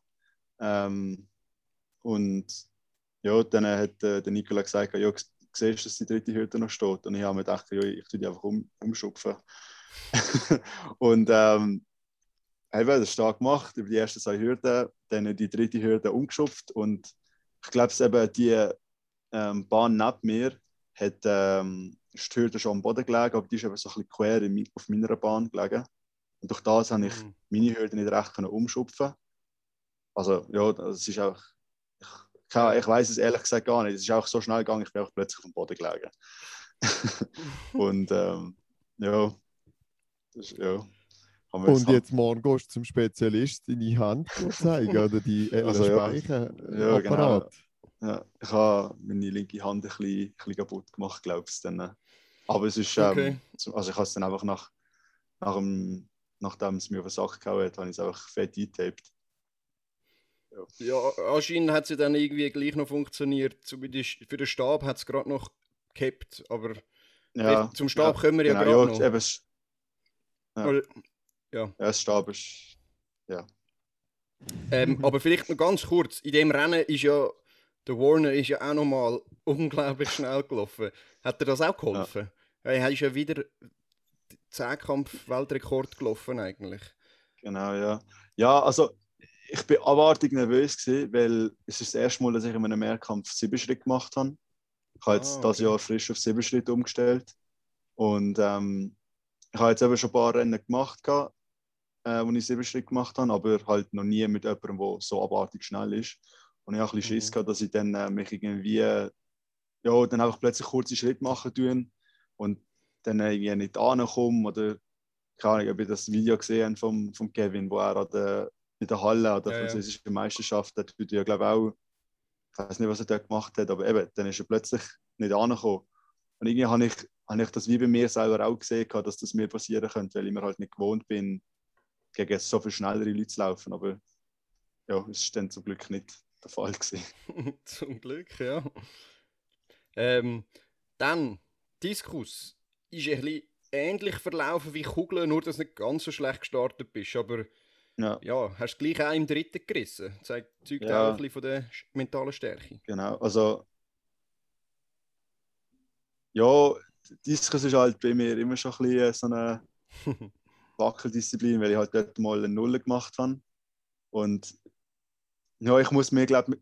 Und ja, dann hat der Nicola gesagt, ja, siehst du, dass die 3. Hürde noch steht? Und ich habe mir gedacht, ja, ich tue die einfach umschupfen. Und habe das stark gemacht, über die ersten 2 Hürden, dann die 3. Hürde umgeschupft. Und ich glaube, eben die Bahn neben mir hat ist die Hürde schon am Boden gelegen, aber die ist eben so ein bisschen quer auf meiner Bahn gelegen. Und durch das habe ich meine Hürde nicht recht umschupfen. Also ja, das ist auch, ich weiß es ehrlich gesagt gar nicht. Es ist auch so schnell gegangen, ich bin auch plötzlich auf dem Boden gelegen. Und ja, das ist, ja. Und jetzt morgen gehst du zum Spezialist deine Hand zeigen oder die Also, Speicherapparat. Genau. Ja, ich habe meine linke Hand ein bisschen kaputt gemacht, glaube ich. Aber es ist, Okay. also ich habe es dann einfach nachdem es mir auf den Sack gehauen hat, habe ich es einfach fett eingetaped. Ja, anscheinend hat es dann irgendwie gleich noch funktioniert. Für den Stab hat es gerade noch gehabt, aber Ja, zum Stab kommen wir genau, ja gerade noch. Eben, ja. Das Stab ist, ja. Aber vielleicht noch ganz kurz, in dem Rennen ist ja, der Warner ist ja auch nochmal unglaublich schnell gelaufen. Hat dir das auch geholfen? Ja. Er ist ja wieder den Zehnkampf-Weltrekord gelaufen eigentlich. Genau, ja. Ja, also ich bin abartig nervös gewesen, weil es ist das erste Mal, dass ich in einem Mehrkampf 7 Schritte gemacht habe. Ich habe jetzt dieses Jahr frisch auf 7 Schritte umgestellt. Und ich habe jetzt eben schon ein paar Rennen gemacht, wo ich 7 Schritte gemacht habe, aber halt noch nie mit jemandem, der so abartig schnell ist. Und ich habe ein bisschen Schiss gehabt, dass ich dann mich irgendwie, ja, dann einfach plötzlich kurze Schritte machen tue und dann irgendwie nicht ankomme oder keine Ahnung, ob ihr das Video gesehen vom Kevin, wo er in der Halle an der französischen Meisterschaft, der tut ja, glaube ich, auch, ich weiß nicht, was er dort gemacht hat, aber eben, dann ist er plötzlich nicht angekommen. Und irgendwie habe ich das wie bei mir selber auch gesehen, dass das mir passieren könnte, weil ich mir halt nicht gewohnt bin, gegen so viel schnellere Leute zu laufen. Aber ja, es war dann zum Glück nicht der Fall gewesen. Zum Glück, ja. Dann, Diskus ist ein bisschen ähnlich verlaufen wie Kugeln, nur dass du nicht ganz so schlecht gestartet bist. Aber ja hast du gleich auch im 3. gerissen. Das zeugt auch ein bisschen von der mentalen Stärke. Genau, also ja, Diskus ist halt bei mir immer schon ein bisschen so eine Wackeldisziplin, weil ich halt dort mal eine Null gemacht habe. Und ja, ich muss mir einfach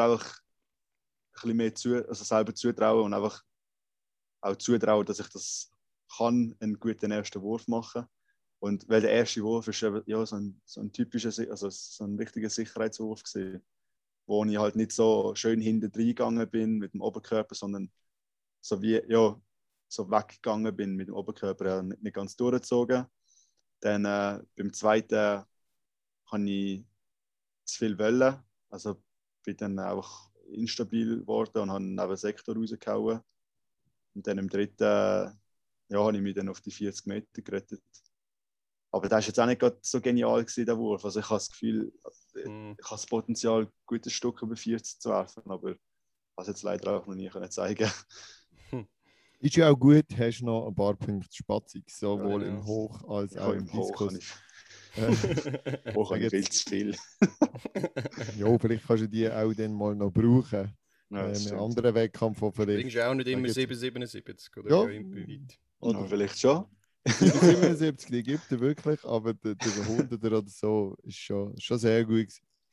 ein bisschen mehr selber zutrauen und einfach auch zutrauen, dass ich das kann, einen guten ersten Wurf machen. Und weil der erste Wurf ist eben, ja, so ein typischer, also so ein richtiger Sicherheitswurf gewesen, wo ich halt nicht so schön hinten reingegangen bin mit dem Oberkörper, sondern so wie, ja, so weggegangen bin mit dem Oberkörper, nicht ganz durchgezogen. Dann beim zweiten habe ich zu viel wollen, also bin dann auch instabil geworden und habe neben den Sektor rausgehauen. Und dann im 3. habe ich mich dann auf die 40 Meter gerettet. Aber das war jetzt auch nicht gerade so genial gewesen, der Wurf. Also ich habe das Gefühl, ich habe das Potenzial, ein gutes Stück über 40 zu werfen, aber ich habe es jetzt leider auch noch nie zeigen. Ist ja auch gut, hast noch ein paar Punkte Spatzig, sowohl genau. im Hoch als auch im Diskus. Hoch habe ich viel zu viel. Ja, vielleicht kannst du die auch dann mal noch brauchen. Ja, einen anderen Wettkampf von vielleicht. Bringst du auch nicht immer 7,77 oder ja, weit. Oder vielleicht schon. 77, die gibt es wirklich, aber der 100er oder so ist schon sehr gut gewesen.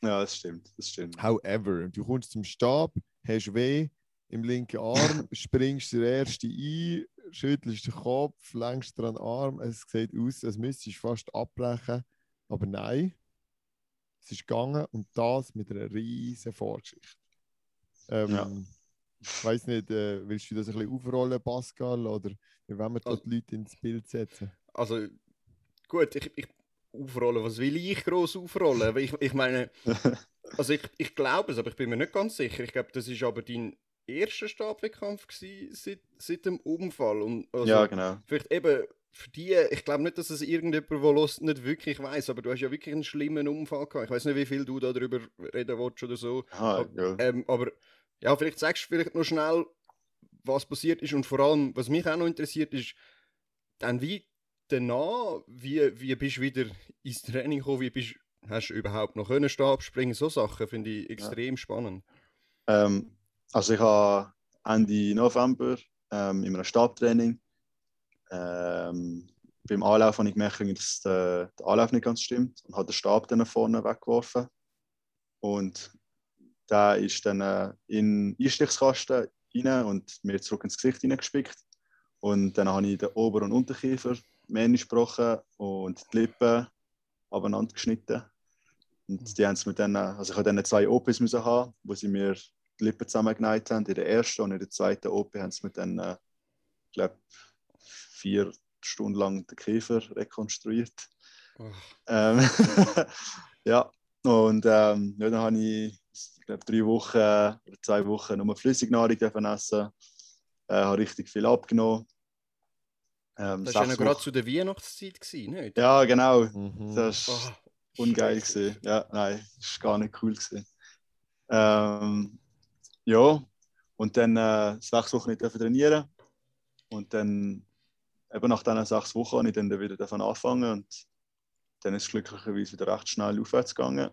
Ja, das stimmt, das stimmt. However, du kommst zum Stab, hast weh im linken Arm, springst der Erste ein, schüttelst den Kopf, lenkst dir an den Arm, es sieht aus, als müsstest du fast abbrechen. Aber nein, es ist gegangen und das mit einer riesen Vorgeschichte. Ja. Ich weiss nicht, willst du das ein bisschen aufrollen, Pascal, oder wie wollen wir da die Leute ins Bild setzen? Also gut, ich aufrollen, was will ich gross aufrollen? Aber ich meine, also ich glaube es, aber ich bin mir nicht ganz sicher. Ich glaube, das war aber dein erster Stabwettkampf seit dem Unfall. Und also, Ja, genau. vielleicht eben für die, ich glaube nicht, dass es irgendjemand, der Lust nicht wirklich weiß, aber du hast ja wirklich einen schlimmen Unfall gehabt. Ich weiß nicht, wie viel du da darüber reden willst oder so. Aha, ja. Aber ja, vielleicht sagst du vielleicht noch schnell, was passiert ist und vor allem, was mich auch noch interessiert, ist dann wie danach, wie bist du wieder ins Training gekommen, hast du überhaupt noch können Stab springen? So Sachen finde ich extrem spannend. Also ich habe Ende November in einem Stabtraining beim Anlauf habe ich gemerkt, dass der Anlauf nicht ganz stimmt und habe den Stab dann vorne weggeworfen. Und der ist dann in den Einstichskasten rein und mir zurück ins Gesicht hineingespickt. Und dann habe ich den Ober- und Unterkiefer männlich gebrochen und die Lippen abeinander geschnitten. Und die haben es mit denen, also ich habe dann 2 OPs müssen haben, wo sie mir die Lippen zusammengenäht haben. In der ersten und in der zweiten OP haben sie mit denen, ich glaube, 4 Stunden lang den Kiefer rekonstruiert. Ja, und ja, dann habe ich glaube 3 Wochen oder 2 Wochen nur Flüssignahrung essen. Habe richtig viel abgenommen. Das war ja noch gerade zu der Weihnachtszeit, nicht? Ja, genau. Mhm. Das war ungeil gewesen. Ja, nein, das war gar nicht cool gewesen. Ja, und dann 6 Wochen nicht trainieren. Und dann, eben nach diesen 6 Wochen, habe ich dann wieder davon angefangen. Und dann ist es glücklicherweise wieder recht schnell aufwärts gegangen.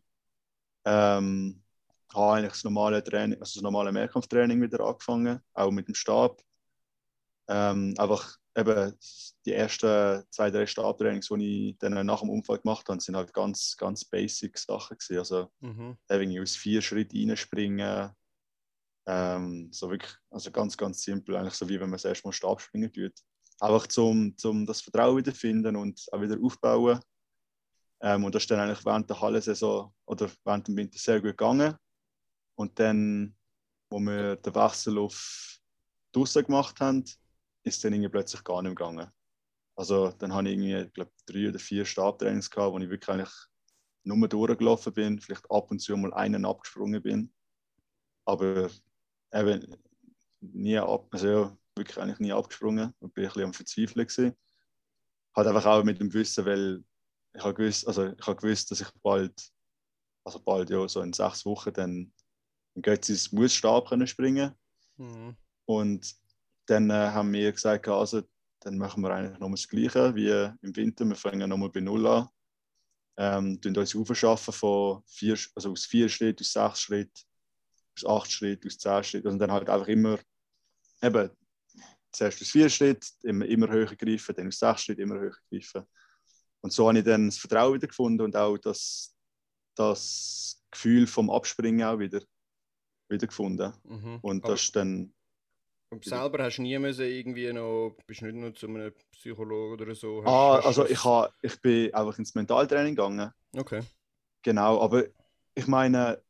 Habe eigentlich das normale Training, also das normale Mehrkampftraining wieder angefangen, auch mit dem Stab. Einfach eben die ersten 2, 3 Stabtrainings, die ich dann nach dem Unfall gemacht habe, sind halt ganz, ganz basic Sachen gewesen. Also irgendwie aus 4 Schritten reinspringen. So wirklich, also ganz, ganz simpel, eigentlich so wie wenn man das erste Mal Stab springen tut. Einfach zum das Vertrauen wieder finden und auch wieder aufbauen. Und das ist dann eigentlich während der Hallensaison oder während dem Winter sehr gut gegangen. Und dann, wo wir den Wechsel auf draussen gemacht haben, ist dann irgendwie plötzlich gar nicht mehr gegangen. Also dann habe ich irgendwie, glaube 3 oder 4 Stabtrainings gehabt, wo ich wirklich eigentlich nur durchgelaufen bin, vielleicht ab und zu mal einen abgesprungen bin. Aber eben nie also ja, wirklich eigentlich nie abgesprungen und bin ein bisschen am Verzweifeln gewesen. Halt einfach auch mit dem Wissen, weil ich habe gewusst, dass ich bald, ja, so in 6 Wochen dann in Götzis muss Stab können springen. Und dann haben wir gesagt, also dann machen wir eigentlich nochmal das Gleiche wie im Winter. Wir fangen nochmal bei Null an. Tun uns aufschaffen von aus 4 Schritten, aus 6 Schritten, aus 8 Schritten, aus 10 Schritten. Und dann halt einfach immer eben zuerst aus 4 Schritten immer höher greifen, dann aus 6 Schritten immer höher greifen. Und so habe ich dann das Vertrauen wieder gefunden und auch das Gefühl vom Abspringen auch wieder gefunden. Und das ist dann. Und selber hast du nie müssen irgendwie noch, bist nicht nur zu einem Psychologen oder so? Also ich bin einfach ins Mentaltraining gegangen. Okay. Genau, aber ich meine,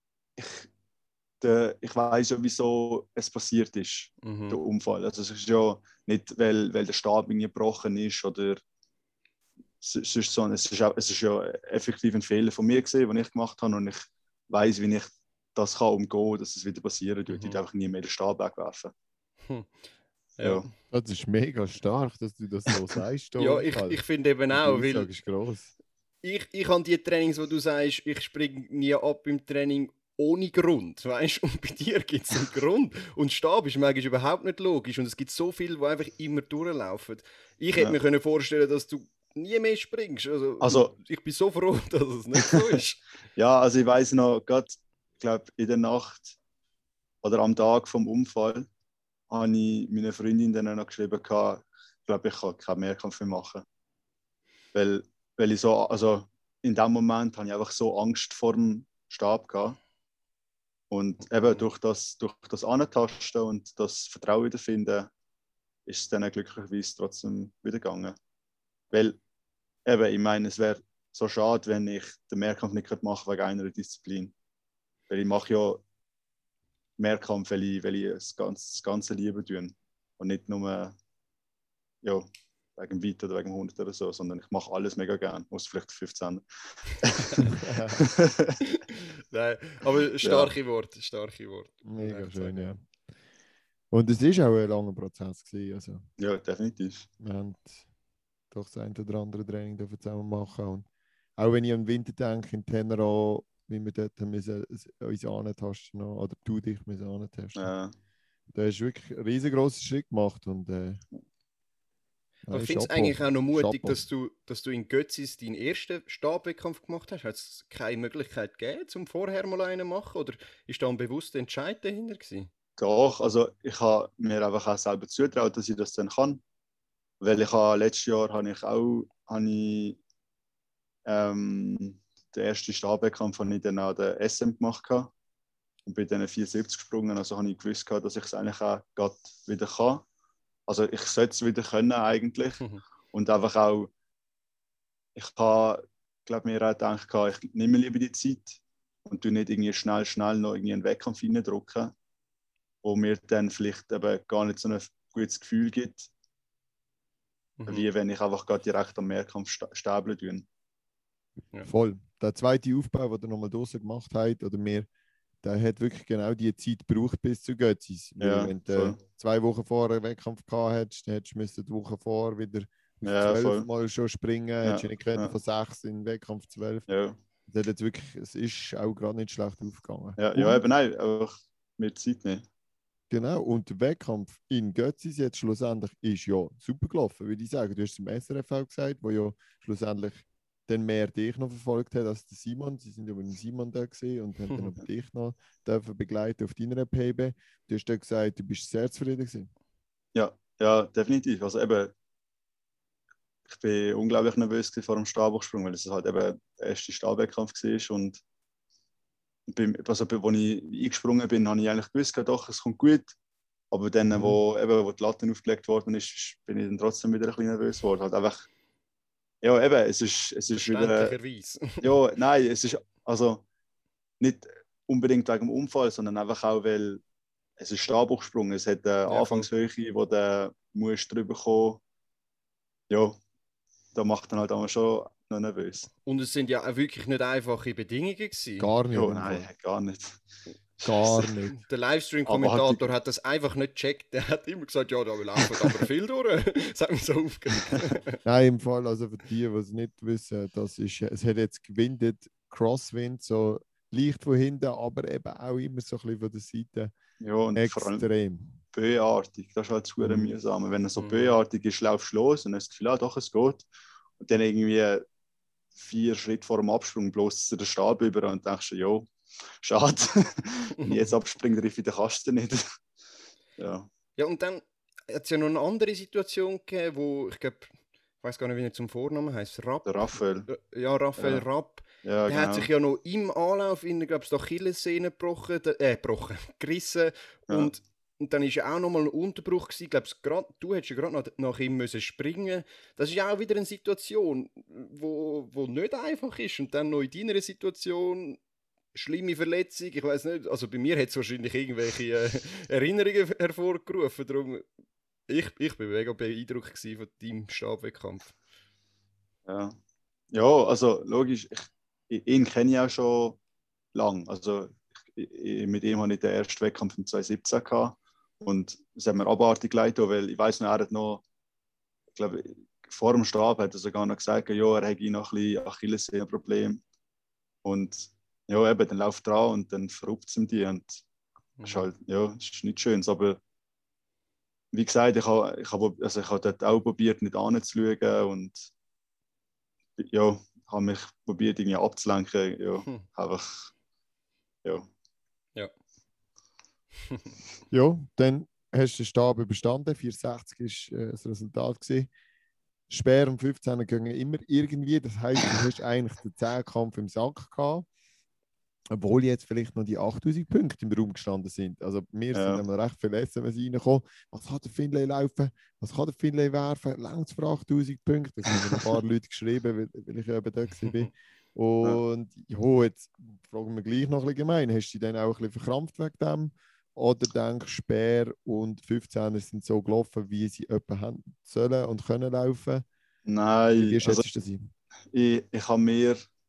ich weiß ja, wieso es passiert ist, der Unfall. Also es ist ja nicht, weil der Stab irgendwie gebrochen ist oder sonst so. Es ist ja effektiv ein Fehler von mir gewesen, den ich gemacht habe und ich weiß, wie ich das kann umgehen, dass es wieder passieren wird. Ich würde einfach nie mehr den Stab wegwerfen. Ja. Das ist mega stark, dass du das so sagst. Ja, ich finde eben auch, die weil ist gross. Ich habe die Trainings, wo du sagst, ich springe nie ab im Training ohne Grund, weißt? Und bei dir gibt es einen Grund. Und Stab ist manchmal überhaupt nicht logisch und es gibt so viele, die einfach immer durchlaufen. Ich hätte mir können vorstellen, dass du nie mehr springst. Also ich bin so froh, dass es nicht so ist. Ja, also ich weiß noch, gerade, ich glaube, in der Nacht oder am Tag vom Unfall habe ich meiner Freundin dann noch geschrieben, ich glaube, ich kann keinen Mehrkampf mehr machen. Weil ich so, also in dem Moment habe ich einfach so Angst vor dem Stab gehabt. Und eben durch das Antasten und das Vertrauen wiederfinden, ist es dann glücklicherweise trotzdem wieder gegangen. Weil, eben, ich meine, es wäre so schade, wenn ich den Mehrkampf nicht machen könnte wegen einer Disziplin. Weil ich mache ja Mehrkampf, weil ich das Ganze Liebe tue. Und nicht nur ja, wegen dem Weiten oder wegen dem 100 oder so, sondern ich mache alles mega gern, aus vielleicht 15. Nein, aber starke Worte. Mega schön, ja. Und es war auch ein langer Prozess gewesen, also. Ja, definitiv. Wir haben doch das eine oder andere Training dürfen zusammen machen. Und auch wenn ich an den Winter denke, in Tenero, wie wir dort müssen, uns antasten noch, oder du dich müssen antasten. Ja. Da hast du wirklich einen riesengroßen Schritt gemacht. Und, aber ich finde es eigentlich auch noch mutig, dass du in Götzis deinen ersten Stabwettkampf gemacht hast. Hat es keine Möglichkeit gegeben, zum vorher mal einen zu machen? Oder ist da ein bewusster Entscheid dahinter gewesen? Doch, also ich habe mir einfach auch selber zutraut, dass ich das dann kann. Weil letztes Jahr habe ich den ersten Stabwettkampf dann an der SM gemacht und bin dann 74 gesprungen. Also habe ich gewusst, dass ich es eigentlich auch gerade wieder kann. Also ich sollte es wieder können eigentlich. Und einfach auch, ich habe, glaube mir auch gedacht, ich nehme lieber die Zeit und tu nicht irgendwie schnell noch irgendwie einen Wettkampf reindrücken, wo mir dann vielleicht eben gar nicht so ein gutes Gefühl gibt, wie wenn ich einfach gerade direkt am Mehrkampf stäbeln tue. Ja. Voll. Der zweite Aufbau, den ihr nochmal draussen gemacht habt, oder mehr, der hat wirklich genau die Zeit gebraucht bis zu Götzis. Ja, wenn du 2 Wochen vorher einen Wettkampf gehabt hättest, dann hättest du die Woche vorher wieder auf 12 Mal schon springen, hättest du nicht können von 6 in Wettkampf 12. Ja. Es ist auch gerade nicht schlecht aufgegangen. Ja, eben nein, einfach mit Zeit nicht. Genau, und der Wettkampf in Götzis jetzt schlussendlich ist ja super gelaufen, würde ich sagen. Du hast es im SRF auch gesagt, wo ja schlussendlich dann mehr dich noch verfolgt hat als der Simon. Sie sind ja mit dem Simon da gesehen und haben dann aber dich noch begleiten auf deiner PB. Du hast dann gesagt, du bist sehr zufrieden gewesen. Ja, definitiv. Also eben, ich bin unglaublich nervös vor dem Stabhochsprung, weil es halt eben der erste Stabwettkampf war. Und als ich eingesprungen bin, habe ich eigentlich gewusst, doch, es kommt gut. Aber dann, wo die Latte aufgelegt worden ist, bin ich dann trotzdem wieder ein bisschen nervös geworden. Halt einfach, ja, eben, es ist wieder... Ja, nein, es ist also nicht unbedingt wegen dem Unfall, sondern einfach auch, weil es ist Stabhochsprung. Es hat eine Anfangshöhe, wo du drüber kommen. Ja, da macht dann halt auch schon noch nervös. Und es sind ja auch wirklich nicht einfache Bedingungen gewesen. Gar nicht. Ja, nein, gar nicht. Gar nicht. Der Livestream-Kommentator hat das einfach nicht gecheckt. Der hat immer gesagt, ja, da laufen aber viel durch. Das hat mich so aufgeregt. Nein, im Fall, also für die es nicht wissen, es hat jetzt gewindet, Crosswind, so leicht von hinten, aber eben auch immer so ein bisschen von der Seite. Ja, und extrem. Böartig, das ist halt zu mühsam. Wenn er so böartig ist, laufst du los und hast das Gefühl, doch, es geht. Und dann irgendwie 4 Schritte vor dem Absprung bloß zu der Stab über und denkst du, ja, schade. Wenn ich jetzt abspringe, treffe ich den Kasten nicht. Ja, und dann hat es ja noch eine andere Situation gegeben, wo ich glaube, ich weiß gar nicht, wie er zum Vornamen heißt, Rapp. Der Raphael. Ja, Raphael Rapp. Ja, der hat sich ja noch im Anlauf in der Achillessehne gerissen. Ja. Und dann war ja auch noch mal ein Unterbruch gewesen. Du hättest ja gerade nach ihm müssen springen. Das ist ja auch wieder eine Situation, wo nicht einfach ist. Und dann noch in deiner Situation schlimme Verletzung. Ich weiß nicht, also bei mir hat es wahrscheinlich irgendwelche Erinnerungen hervorgerufen. Darum, ich bin mega beeindruckt von deinem Stabwettkampf. Ja, also logisch, ihn kenne ich auch schon lange. Also mit ihm hatte ich den ersten Wettkampf im 2017 gehabt. Und es hat mir abartig leid, weil ich weiss noch, er hat noch, ich glaube, vor dem Stab hat er sogar noch gesagt, ja, er hätte noch ein bisschen Achillessehnenproblem. Und ja, eben, dann läuft er an und dann verrückt es ihm die. Und das ist halt, ja, das ist nichts Schönes. Aber wie gesagt, ich habe dort auch probiert, nicht anzuschauen und ja, habe mich probiert, irgendwie abzulenken. Ja, einfach, ja. Ja, dann hast du den Stab überstanden. 460 war das Resultat gewesen. Speer und 15 gingen immer irgendwie. Das heisst, du hast eigentlich den 10-Kampf im Sack gehabt. Obwohl jetzt vielleicht noch die 8000 Punkte im Raum gestanden sind. Also wir sind einmal recht viele SMS reingekommen. Was kann der Finlay laufen? Was kann der Finlay werfen? Längt für 8000 Punkte? Das haben ein paar Leute geschrieben, weil ich eben da war. Und ja, jetzt fragen wir gleich noch ein bisschen gemein. Hast du dich dann auch ein bisschen verkrampft wegen dem? Oder denkst du, Speer und 15er sind so gelaufen, wie sie etwa haben sollen und können laufen? Nein, Wie schätzt du das ein? ich habe mir,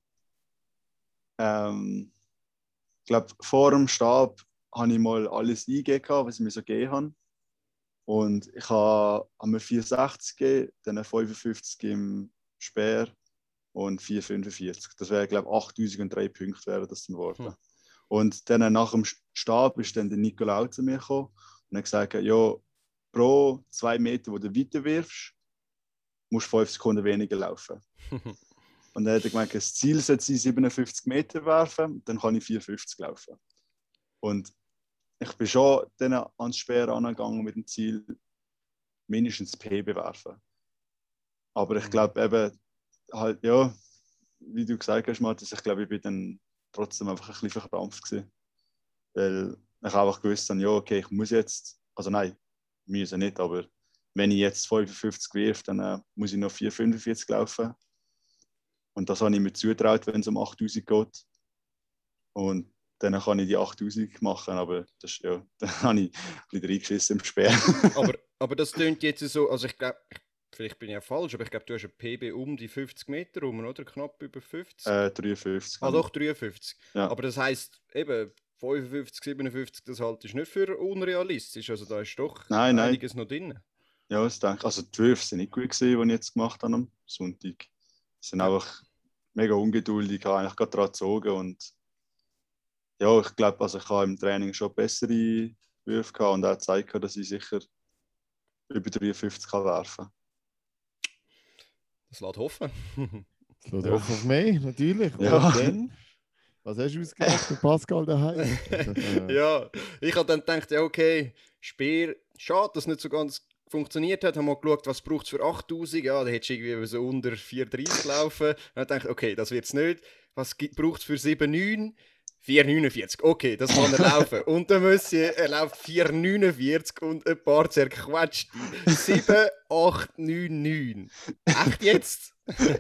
ich glaube, vor dem Stab habe ich mal alles eingegeben, was ich mir so gegeben habe. Und ich habe mir 460 gegeben, dann 55 im Speer und 445. Das wäre, glaube ich, 8003 Punkte wären das dann geworden. Und dann nach dem Stab ist dann der Nicolau zu mir gekommen und hat gesagt, ja, pro 2 Meter, wo du weiter wirfst, musst du 5 Sekunden weniger laufen. Und dann hat er gemeint, das Ziel sollte sein, 57 Meter werfen, dann kann ich 450 laufen. Und ich bin schon dann ans Speer angegangen mit dem Ziel, mindestens PB werfen. Aber ich glaube eben, halt, ja, wie du gesagt hast, Matthias, ich glaube, ich bin dann trotzdem einfach ein bisschen verkrampft gewesen. Weil ich einfach gewusst habe, ja, okay, ich muss jetzt, also nein, müssen nicht, aber wenn ich jetzt 55 wirf, dann muss ich noch 4,45 laufen. Und das habe ich mir zugetraut, wenn es um 8000 geht. Und dann kann ich die 8000 machen, aber das ist, ja, dann habe ich ein bisschen reingeschissen im Speer. aber das klingt jetzt so, also ich glaube, vielleicht bin ich ja falsch, aber ich glaube, du hast ein PB um die 50 Meter rum, oder? Knapp über 50? 53. Ah doch, 53. Ja. Aber das heisst, eben, 55, 57, das haltest du nicht für unrealistisch. Also da ist doch einiges noch drin. Ja, ich denke, also die Würfe sind nicht gut gewesen, die ich jetzt gemacht habe am Sonntag. Sie sind einfach mega ungeduldig, ich habe eigentlich gerade daran gezogen und ja, ich glaube, also ich habe im Training schon bessere Würfe gehabt und auch gezeigt, dass ich sicher über 53 kann werfen. Das lässt hoffen. Das lässt hoffen auf mich, natürlich. Ja. Und dann, was hast du ausgemacht mit Pascal daheim? Ja, ich habe dann gedacht, ja okay, Speer, schade, dass es nicht so ganz funktioniert hat. Haben mal geschaut, was braucht es für 8000. Ja, da hättest du irgendwie so unter 4,30 laufen. Dann dachte ich, okay, das wird es nicht. Was braucht es für 7,9? 4,49. Okay, das kann er laufen. Und der Monsieur, er läuft 4,49 und ein paar zerquetscht. 7, 8, 9, 9. Echt jetzt?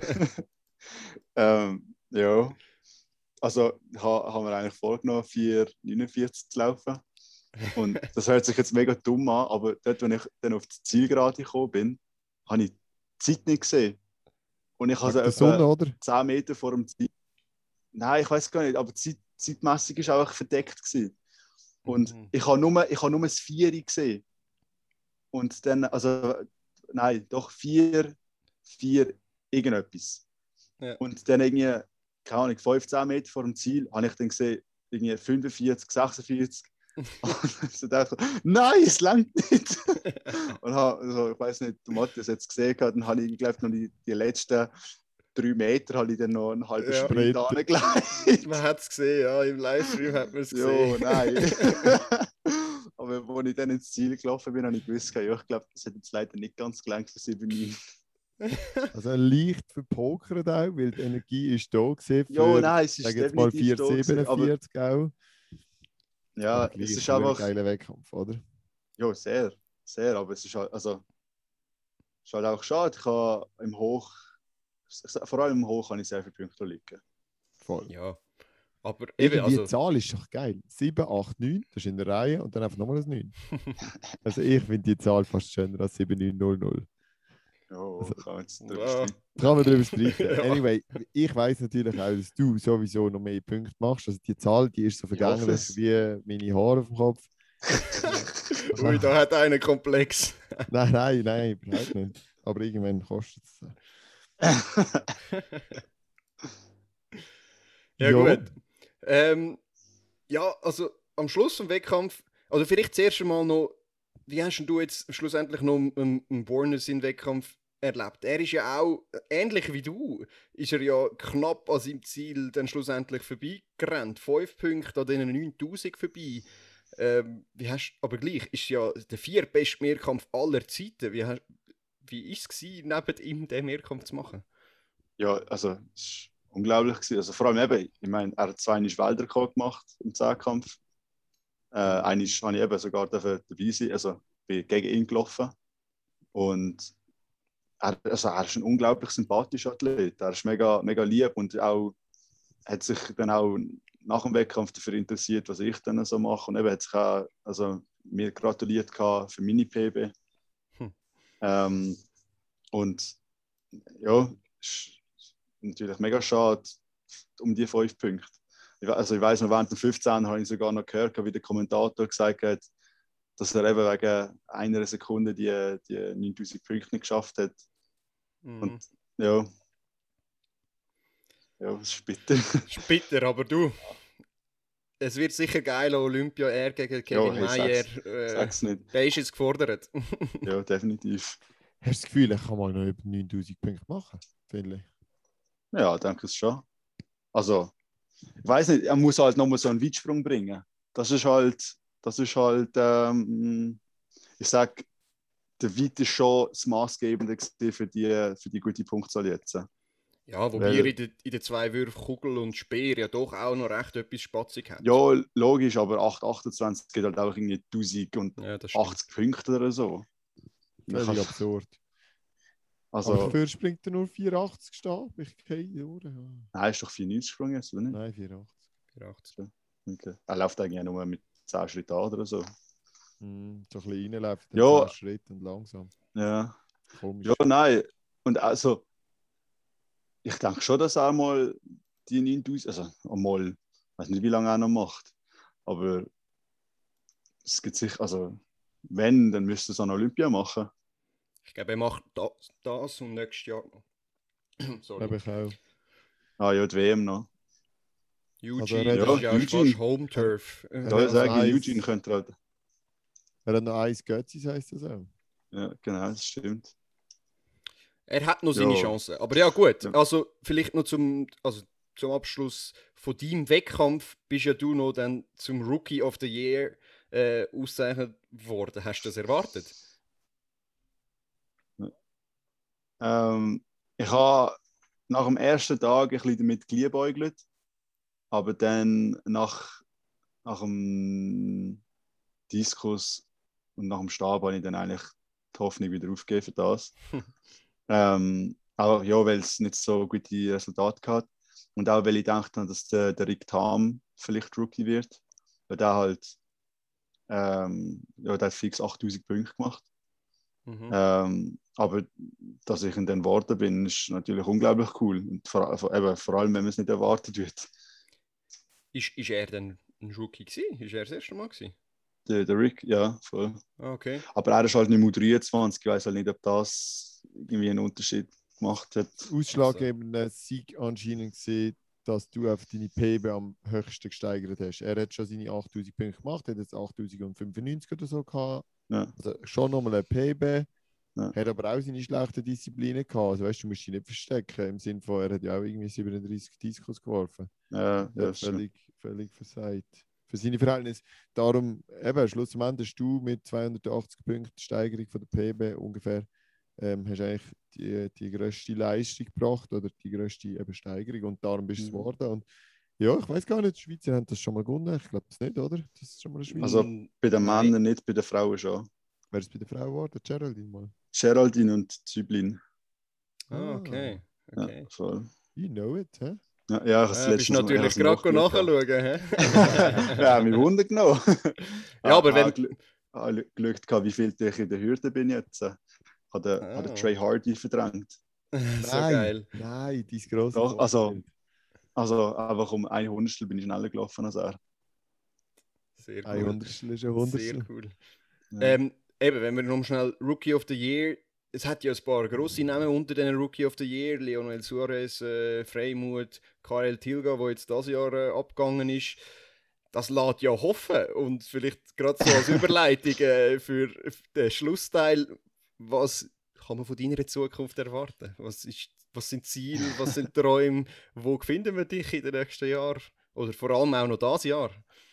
Ja. Also ich habe mir eigentlich vorgenommen, 4,49 zu laufen. Und das hört sich jetzt mega dumm an, aber dort, als ich dann auf die Zielgerade gekommen bin, habe ich die Zeit nicht gesehen. Und ich habe so etwa 10 Meter vor dem Ziel. Nein, ich weiß gar nicht, aber die Zeitmessung war einfach verdeckt gewesen. Und ich habe nur das 4 gesehen. Und dann, also, nein, doch 4 irgendetwas. Ja. Und dann irgendwie, keine Ahnung, 15 Meter vor dem Ziel, habe ich dann gesehen, irgendwie 45, 46. Und so dachte ich, nein, es langt nicht. Und also, ich weiß nicht, der Matthias hat es gesehen, dann habe ich, glaube ich, noch die letzten 3 Meter habe ich dann noch einen halben Sprint angelegt. Man hat es gesehen, ja, im Livestream hat man es gesehen. Jo, nein. Aber als ich dann ins Ziel gelaufen bin, habe ich gewusst, ja, ich glaube, das hat jetzt leider nicht ganz gelangt für 7,9. Also leicht verpokert auch, weil die Energie ist da gewesen für, jo, nein, es ist jetzt mal 4,47 auch. Ja, es ist einfach ein geiler Wettkampf, oder? Ja, sehr, sehr, aber es ist halt, also, ist halt auch schade. Ich habe im Hoch, vor allem im Hoch, habe ich sehr viele Punkte liegen. Voll. Ja, aber eben, also... Die Zahl ist doch geil. 7, 8, 9, das ist in der Reihe und dann einfach nochmal ein 9. Also ich finde die Zahl fast schöner als 7, 9, 0, 0. Ja, kann man darüber streiten. Anyway, ich weiss natürlich auch, dass du sowieso noch mehr Punkte machst. Also die Zahl, die ist so vergänglich wie meine Haare auf dem Kopf. Ui, da hat einer Komplex. nein, überhaupt nicht. Aber irgendwann kostet es. Ja, gut. Ja, also am Schluss vom Wettkampf, also vielleicht zuerst einmal noch, wie hast du jetzt schlussendlich noch einen Bornes in Wettkampf erlebt? Er ist ja auch, ähnlich wie du, ist er ja knapp an seinem Ziel dann schlussendlich vorbeigerannt. 5 Punkte an diesen 9000 vorbei. Aber gleich ist ja der 4. beste Mehrkampf aller Zeiten. Wie war es, neben ihm den Mehrkampf zu machen? Ja, also es unglaublich gewesen. Also vor allem eben, ich meine, er hat 2 Weltrekord gemacht im Zehnkampf. Einmal habe ich eben sogar dabei sein, also bin gegen ihn gelaufen. Und er ist ein unglaublich sympathischer Athlet. Er ist mega, mega lieb und auch, hat sich dann auch nach dem Wettkampf dafür interessiert, was ich dann so mache. Und eben hat sich auch, also mir gratuliert für meine PB. Und ja, ist natürlich mega schade um die 5 Punkte. Ich weiss noch, während dem 15. habe ich sogar noch gehört, wie der Kommentator gesagt hat, dass er eben wegen einer Sekunde die 9000 Punkte nicht geschafft hat. Und ja, das ist bitter. Ist bitter, aber du, es wird sicher geil, Olympia er gegen Kevin Mayer. Sag's nicht. Der ist jetzt gefordert. Ja, definitiv. Hast du das Gefühl, ich kann mal noch über 9000 Punkte machen? Vielleicht. Ja, ich denke es schon. Also, ich weiß nicht, er muss halt nochmal so einen Weitsprung bringen. Das ist halt, ich sag, der Weit ist schon das Maßgebende für die gute Punktzahl jetzt. Ja, wobei ihr in den 2 Würfen Kugel und Speer ja doch auch noch recht etwas spatzig habt. Ja, logisch, aber 8,28 geht halt auch irgendwie 1080 Punkte oder so. Völlig absurd. Also, aber dafür springt er nur 84 Stab. Ich gehe durch. Ja. Nein, ist doch 94 gesprungen jetzt, oder nicht? Nein, 84. Okay. Er läuft eigentlich nur mit 10 Schritten an oder so. So ein bisschen reinläuft, ja. 10 Schritte und langsam. Ja. Komisch. Ja, nein. Und also, ich denke schon, dass er mal die 9000, also einmal, ich weiß nicht, wie lange er noch macht, aber es gibt sicher, also wenn, dann müsste es an Olympia machen. Ich glaube, er macht das und nächstes Jahr noch. Sorry. Glaube ich auch. Ah ja, die WM noch. Eugene, das ist ja fast Home Turf. Da sage ich, Eugene könnte halt. Er hat noch 1 Götzis, heisst das auch. Ja, genau, das stimmt. Er hat noch seine Chancen. Aber ja, gut. Ja. Also, vielleicht noch zum Abschluss von deinem Wettkampf bist ja du noch dann zum Rookie of the Year ausgezeichnet worden. Hast du das erwartet? Ich habe nach dem ersten Tag ein bisschen damit geliebäugelt, aber dann nach dem Diskus und nach dem Stab habe ich dann eigentlich die Hoffnung wieder aufgegeben für das. Auch ja, weil es nicht so gute Resultate hat und auch weil ich dachte, dass der Rick Tam vielleicht Rookie wird, weil der halt der hat fix 8000 Punkte gemacht. Aber dass ich ihn dann geworden bin, ist natürlich unglaublich cool. Und vor allem, wenn man es nicht erwartet wird. Ist er dann ein Rookie gewesen? Ist er das erste Mal gewesen? Der Rick, ja, voll. Okay. Aber er ist halt nicht mehr 23. Ich weiß halt nicht, ob das irgendwie einen Unterschied gemacht hat. Ausschlaggebender Sieg anscheinend gesehen, dass du auf deine PB am höchsten gesteigert hast. Er hat schon seine 8000 Punkte gemacht, hat jetzt 8095 oder so gehabt. Ja. Also schon nochmal eine PB. Ja. Hat aber auch seine schlechten Disziplinen gehabt. Also weißt du, musst dich nicht verstecken. Im Sinne von, er hat ja auch irgendwie 37 Diskus geworfen. Ja, völlig versagt. Für seine Verhältnisse. Darum, eben, schlussendlich hast du mit 280 Punkten Steigerung von der PB ungefähr hast eigentlich die grösste Leistung gebracht oder die grösste Steigerung und darum bist du es geworden. Und ja, ich weiß gar nicht, die Schweizer haben das schon mal gewonnen. Ich glaube es nicht, oder? Das ist schon mal eine Schweizer. Also bei den Männern nicht, bei den Frauen schon. Wer ist bei der Frau geworden? Geraldine mal. Geraldine und Züblin. Ah, okay. Ja, voll. You know it, hä? Ja, ich bist natürlich gerade nachschauen, hä? Ja, mich Wunder genommen. Ja, aber wenn... Ich habe geschaut, wie viel ich in der Hürde bin jetzt. Hat der Trey Hardy verdrängt. So geil. Nein, dein grosses Doch, also einfach um 1 Hundertstel bin ich schneller gelaufen als er. Sehr cool. 1 Hundertstel ist ein Hundertstel. Sehr cool. Ja. Eben, wenn wir noch schnell Rookie of the Year, es hat ja ein paar grosse Namen unter den Rookie of the Year, Leonel Suarez, Freimuth, Karel Tilga, der jetzt dieses Jahr abgegangen ist. Das lässt ja hoffen und vielleicht gerade so als Überleitung für den Schlussteil, was kann man von deiner Zukunft erwarten? Was sind Ziele, was sind Träume, wo finden wir dich in den nächsten Jahren oder vor allem auch noch dieses Jahr?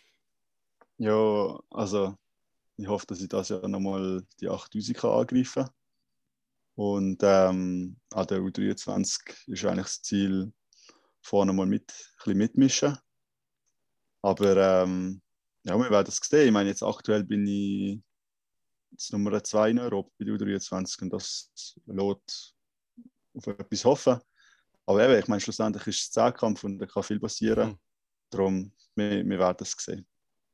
Ja, also ich hoffe, dass ich das Jahr nochmal die 8000 angreifen kann. Und an der U23 ist eigentlich das Ziel, vorne mal ein bisschen mitmischen. Aber ja, wir werden es sehen. Ich meine, jetzt aktuell bin ich jetzt Nummer 2 in Europa bei der U23 und das lässt auf etwas hoffen. Aber eben, ich meine, schlussendlich ist es Zehnkampf und da kann viel passieren. Darum, wir werden es sehen.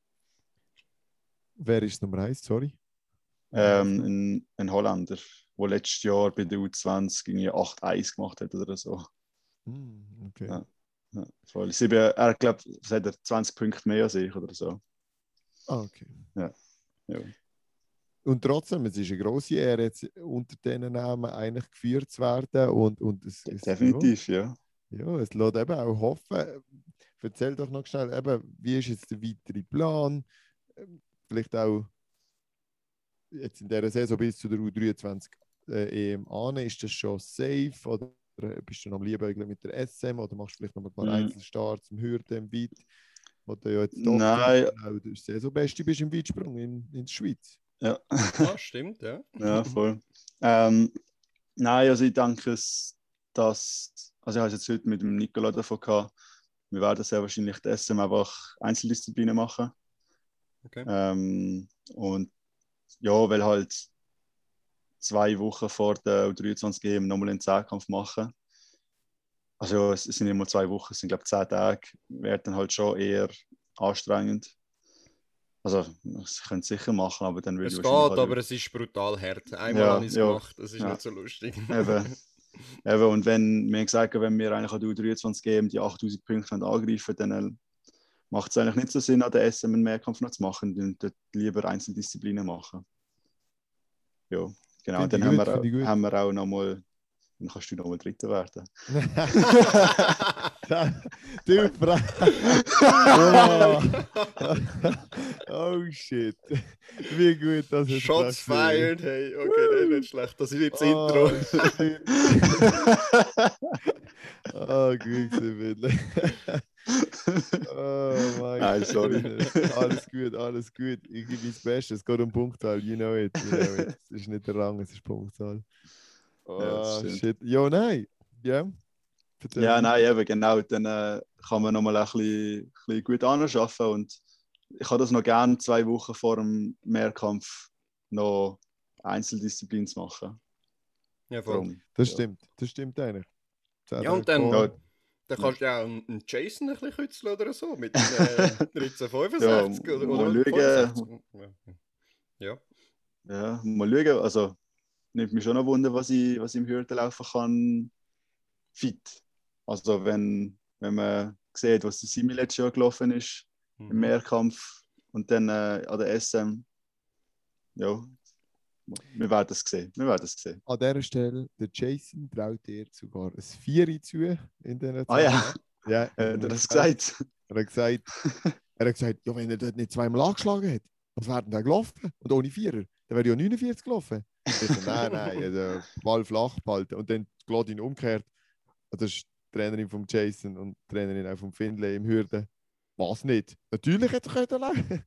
Wer ist Nummer 1? Sorry. Ein Holländer, der letztes Jahr bei der U20 irgendwie 8-1 gemacht hat oder so. Okay. Ja, voll. Er glaube, es hat 20 Punkte mehr als ich oder so. Okay. Ja. Und trotzdem, es ist eine grosse Ehre, jetzt unter diesen Namen eigentlich geführt zu werden. Und Definitiv, ja. Ja, es lässt eben auch hoffen. Erzähl doch noch schnell, eben, wie ist jetzt der weitere Plan? Vielleicht auch jetzt in dieser Saison bis zu der U23 EM an, ist das schon safe? Oder bist du noch am Liebäugeln mit der SM? Oder machst du vielleicht noch ein paar Einzelstarts im Hürden, im Weit? Oder ja jetzt doch der Saisonbeste bist im Weitsprung in der Schweiz. Ja. Stimmt, ja. Ja, voll. Nein, also ich denke, also ich habe es jetzt heute mit dem Nicola davon gehabt, wir werden sehr wahrscheinlich die SM einfach Einzeldisziplinen machen. Okay. Und ja, weil halt 2 Wochen vor der U23 EM nochmal einen Zehnkampf machen. Also ja, es sind immer 2 Wochen, es sind glaube ich 10 Tage, wäre dann halt schon eher anstrengend. Also, ich könnte es sicher machen, aber dann würde ich ich wahrscheinlich... Es geht, aber es ist brutal hart. Einmal habe ich es gemacht, das ist nicht so lustig. Eben, und wenn wir gesagt haben, wenn wir eigentlich an der U23 EM die 8000 Punkte angreifen, dann macht es eigentlich nicht so Sinn, an der SM einen Mehrkampf noch zu machen und dort lieber Einzeldisziplinen machen. Ja, genau. Und dann haben wir auch nochmal, dann kannst du nochmal Dritter werden. Du Oh shit. Wie gut das ist. Shots fired, hey. Okay, das ist nicht schlecht. Das ist jetzt Intro. Gut gewesen, oh mein Gott. Sorry. Alles gut. Ich gebe das Beste. Es geht um Punktzahl. You know it. Es ist nicht der Rang, es ist Punktzahl. Shit. Ja, nein. Ja. Ja, nein, eben genau. Dann kann man nochmal ein bisschen gut anschaffen und ich habe das noch gerne 2 Wochen vor dem Mehrkampf noch Einzeldisziplin zu machen. Ja, voll. Das stimmt eigentlich. Ja, und dann kannst du ja einen Jason ein bisschen kützeln oder so mit 1365 ja, oder 65. Ja, mal schauen. Also nimmt mich schon noch Wunder, was ich im Hürdenlaufen kann. Fit. Also wenn man sieht, was der Simi letztes Jahr gelaufen ist, im Mehrkampf und dann an der SM, ja, wir werden es sehen. An dieser Stelle, der Jason traut dir sogar ein 4 zu in diesen Zeit. Ja. Ja, hat er das gesagt? Er hat gesagt, ja, wenn er dort nicht 2-mal angeschlagen hat, was wäre denn da gelaufen? Und ohne 4er, dann wäre ja 49 gelaufen. Ich so, nein, also Ball flach behalten. Und dann Claudine umgekehrt. Das ist die Trainerin von Jason und die Trainerin auch von Finlay im Hürden. Was nicht? Natürlich hätte er können.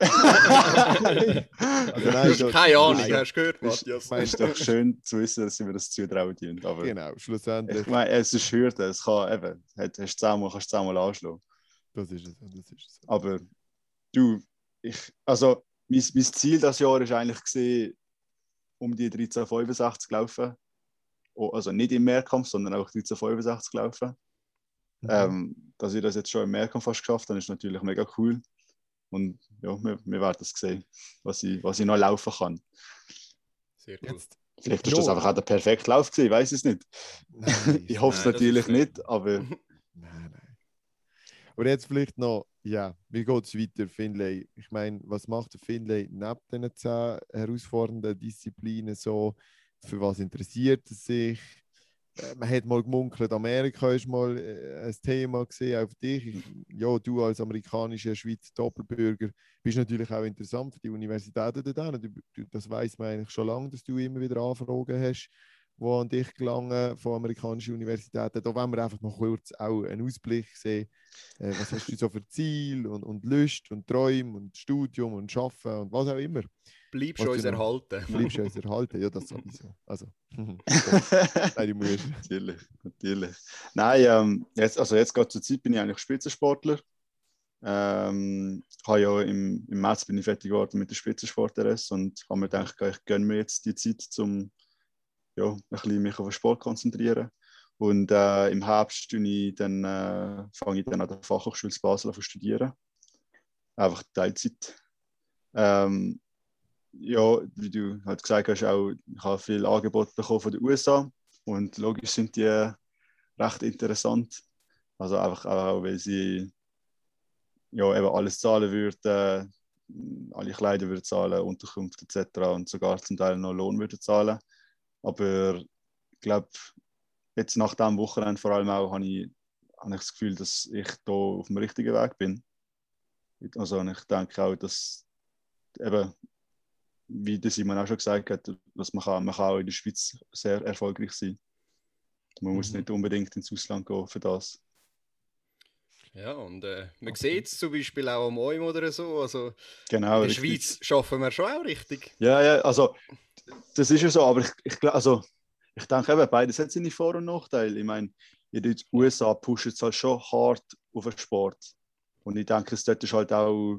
Also nein, du hast keine Ahnung, hast du gehört, Matthias? Es ist doch schön zu wissen, dass sie mir das zutrauen. Aber genau, schlussendlich. Ich meine, es ist Hürde, es kann eben, kannst du 10-mal anschlagen. Das ist es. Aber du, also mein Ziel dieses Jahr war eigentlich gewesen, um die 13,65 zu laufen. Also nicht im Mehrkampf, sondern auch 13,65 zu laufen. Dass ich das jetzt schon im Mehrkampf fast geschafft habe, ist natürlich mega cool. Und ja, wir werden es sehen, was ich noch laufen kann. Sehr cool. Vielleicht ist das einfach auch der perfekte Lauf gewesen, ich weiß es nicht. Nein, ich hoffe es natürlich nicht, aber... Nein. Aber jetzt vielleicht noch, ja, wie geht es weiter, Finlay? Ich meine, was macht der Finlay neben diesen 10 herausfordernden Disziplinen so? Für was interessiert er sich? Man hat mal gemunkelt, Amerika ist mal ein Thema gesehen, auch für dich. Ja, du als amerikanischer Schweizer Doppelbürger bist natürlich auch interessant für die Universitäten dort. Das weiss man eigentlich schon lange, dass du immer wieder Anfragen hast, die an dich gelangen von amerikanischen Universitäten. Da wollen wir einfach noch kurz auch einen Ausblick sehen. Was hast du so für Ziele und Lust und Träume und Studium und Arbeiten und was auch immer. Bleibst du uns erhalten. Bleibst du uns erhalten? Ja, das sowieso. Also, nein, du musst. Natürlich. Nein, jetzt gerade zur Zeit bin ich eigentlich Spitzensportler. Ich habe ja im März bin ich fertig geworden mit der Spitzensport-RS und habe mir gedacht, ich gönne mir jetzt die Zeit, um ja, ein bisschen mich auf den Sport zu konzentrieren. Und im Herbst fange ich dann an der Fachhochschule Basel an zu studieren. Einfach Teilzeit. Ja, wie du halt gesagt hast, ich habe viel Angebote bekommen von den USA und logisch sind die recht interessant. Also einfach auch, weil sie ja, eben alles zahlen würden, alle Kleider würden zahlen, Unterkunft etc. und sogar zum Teil noch Lohn würden zahlen. Aber ich glaube, jetzt nach diesem Wochenende vor allem auch habe ich das Gefühl, dass ich da auf dem richtigen Weg bin. Also ich denke auch, dass eben, wie der Simon auch schon gesagt hat, dass man kann auch in der Schweiz sehr erfolgreich sein. Man muss nicht unbedingt ins Ausland gehen für das. Ja, und man sieht es zum Beispiel auch am OIM oder so. Also Genau, in der Schweiz schaffen wir schon auch richtig. Ja, also das ist ja so, aber ich denke eben, beides hat seine Vor- und Nachteile. Ich meine, in den USA pushen es halt schon hart auf den Sport. Und ich denke, dort ist halt auch,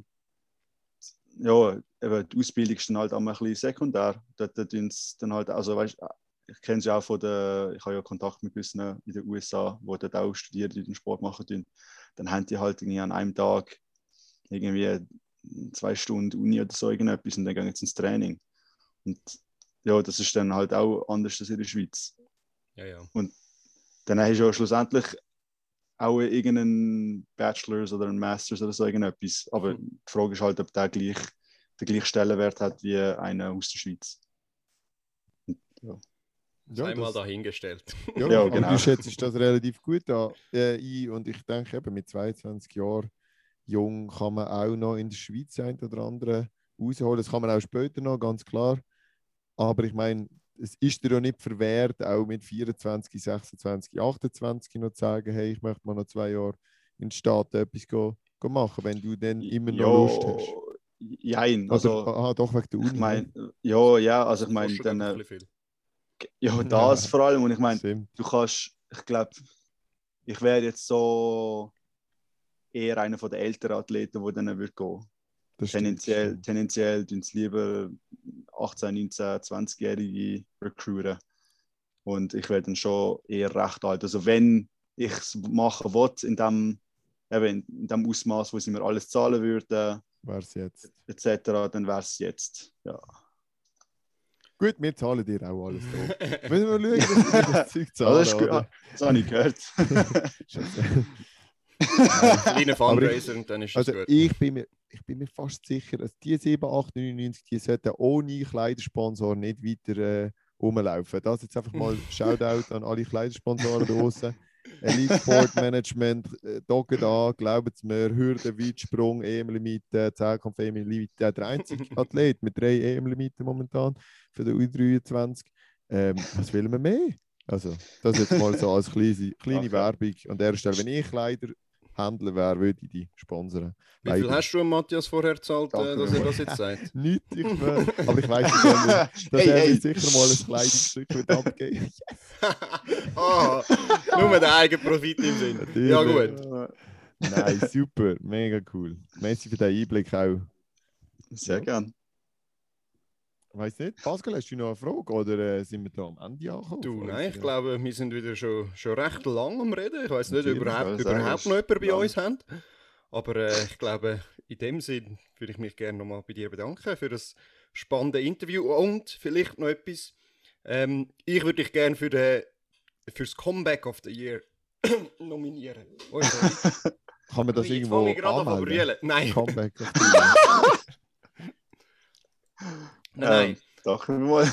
ja, eben die Ausbildung ist dann halt auch ein bisschen sekundär. Dort tun sie dann halt, also weißt, ich kenne es ja auch ich habe ja Kontakt mit gewissen in den USA, die dort auch studieren, die den Sport machen tun. Dann haben die halt irgendwie an einem Tag irgendwie 2 Stunden Uni oder so irgendetwas und dann gehen sie ins Training. Und ja, das ist dann halt auch anders als in der Schweiz. Ja. Und dann hast du ja schlussendlich auch irgendeinen Bachelors oder einen Masters oder so irgendetwas. Aber die Frage ist halt, ob der den gleichen Stellenwert hat wie einer aus der Schweiz. Und, ja. Ja, einmal dahingestellt. Ja, ja, aber genau. du schätzt das relativ gut ein und ich denke eben mit 22 Jahren jung kann man auch noch in der Schweiz ein oder andere rausholen. Das kann man auch später noch, ganz klar. Aber ich meine, es ist dir ja nicht verwehrt, auch mit 24, 26, 28 noch zu sagen, hey, ich möchte mal noch 2 Jahre in den Staaten etwas machen, wenn du dann immer noch Lust hast. Jein, also doch wegen der Uni. Ich meine, ja, also ich meine, dann ja, das vor allem. Und ich meine, du kannst, ich glaube, ich wäre jetzt so eher einer der älteren Athleten, der dann würde gehen. Tendenziell tun sie lieber 18, 19, 20-Jährige recruiten. Und ich werde dann schon eher recht alt. Also wenn ich es machen will, in dem Ausmaß, wo sie mir alles zahlen würden, wär's jetzt. etc., dann wäre es jetzt. Ja. Gut, wir zahlen dir auch alles da. Müssen wir schauen, dass wir das Zeug zahlen. Das ist gut. Das habe ich gehört. Kleiner Fundraiser und dann ist es gut. Ich bin mir fast sicher, dass die 7, 8, 99, die sollten ohne Kleidersponsor nicht weiter rumlaufen. Das jetzt einfach mal Shoutout an alle Kleidersponsoren da draußen. Elite Sport Management, docken an, glauben Sie mir, Hürden, Weitsprung, EM-Limite, Zehnkampf EM-Limite, der einzige Athlet mit 3 EM-Limiten momentan für den U23. Was will man mehr? Also, das jetzt mal so als kleine Werbung an der Stelle. Wenn ich Kleiderhändler wäre, würde ich die sponsern. Wie viel hast du Matthias vorher gezahlt, dass er das jetzt sagt? Nicht, ich schwöre. Aber ich weiss nicht, dass er mir sicher mal ein Kleidungsstück wird abgeben. Nur der eigene Profit im Sinn. Natürlich. Ja, gut. Nein, super, mega cool. Merci für den Einblick auch. Sehr gern. Ich weiss nicht, Pascal, hast du noch eine Frage oder sind wir da am Ende angekommen? Nein, ich glaube, wir sind wieder schon recht lang am Reden. Ich weiss nicht, ob überhaupt noch jemand bei uns habt. Aber ich glaube, in dem Sinn würde ich mich gerne nochmal bei dir bedanken für das spannende Interview. Und vielleicht noch etwas. Ich würde dich gerne für das Comeback of the Year nominieren. Oh, kann man das irgendwo anmelden? Nein. Comeback of the Year. Nein. Doch, mal.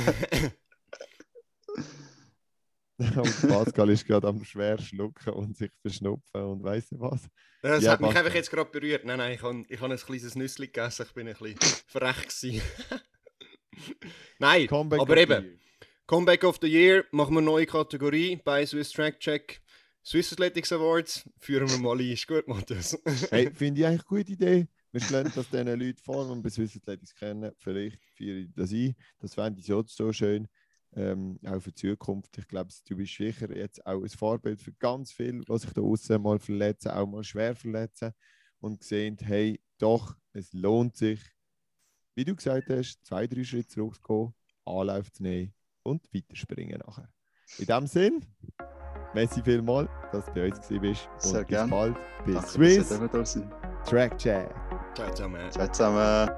Pascal ist gerade am schwer schlucken und sich verschnupfen und weiss nicht was. Das hat mich einfach jetzt gerade berührt. Nein, ich habe ein kleines Nüssli gegessen, ich bin ein bisschen frech gewesen. Nein, Comeback aber eben, Comeback of the Year, machen wir eine neue Kategorie bei Swiss Track Check. Swiss Athletics Awards, führen wir mal ein. Ist gut, Matthias? Hey, finde ich eigentlich eine gute Idee. Wir schlagen das diesen Leuten vor, wenn wir Swiss Athletics kennen. Vielleicht führe ich das ein. Das fände ich so schön. Auch für die Zukunft. Ich glaube, du bist sicher jetzt auch ein Vorbild für ganz viele, die sich da außen mal verletzen, auch mal schwer verletzen und sehen, hey, doch, es lohnt sich, wie du gesagt hast, 2-3 Schritte zurückzugehen, Anlauf zu nehmen und weiterspringen nachher. In diesem Sinn, merci vielmals, dass du bei uns gewesen bist. Sehr und gern. Bis bald. Bis Danke, Swiss dass ihr da sein. Track Check. Ciao zusammen. Ciao zusammen.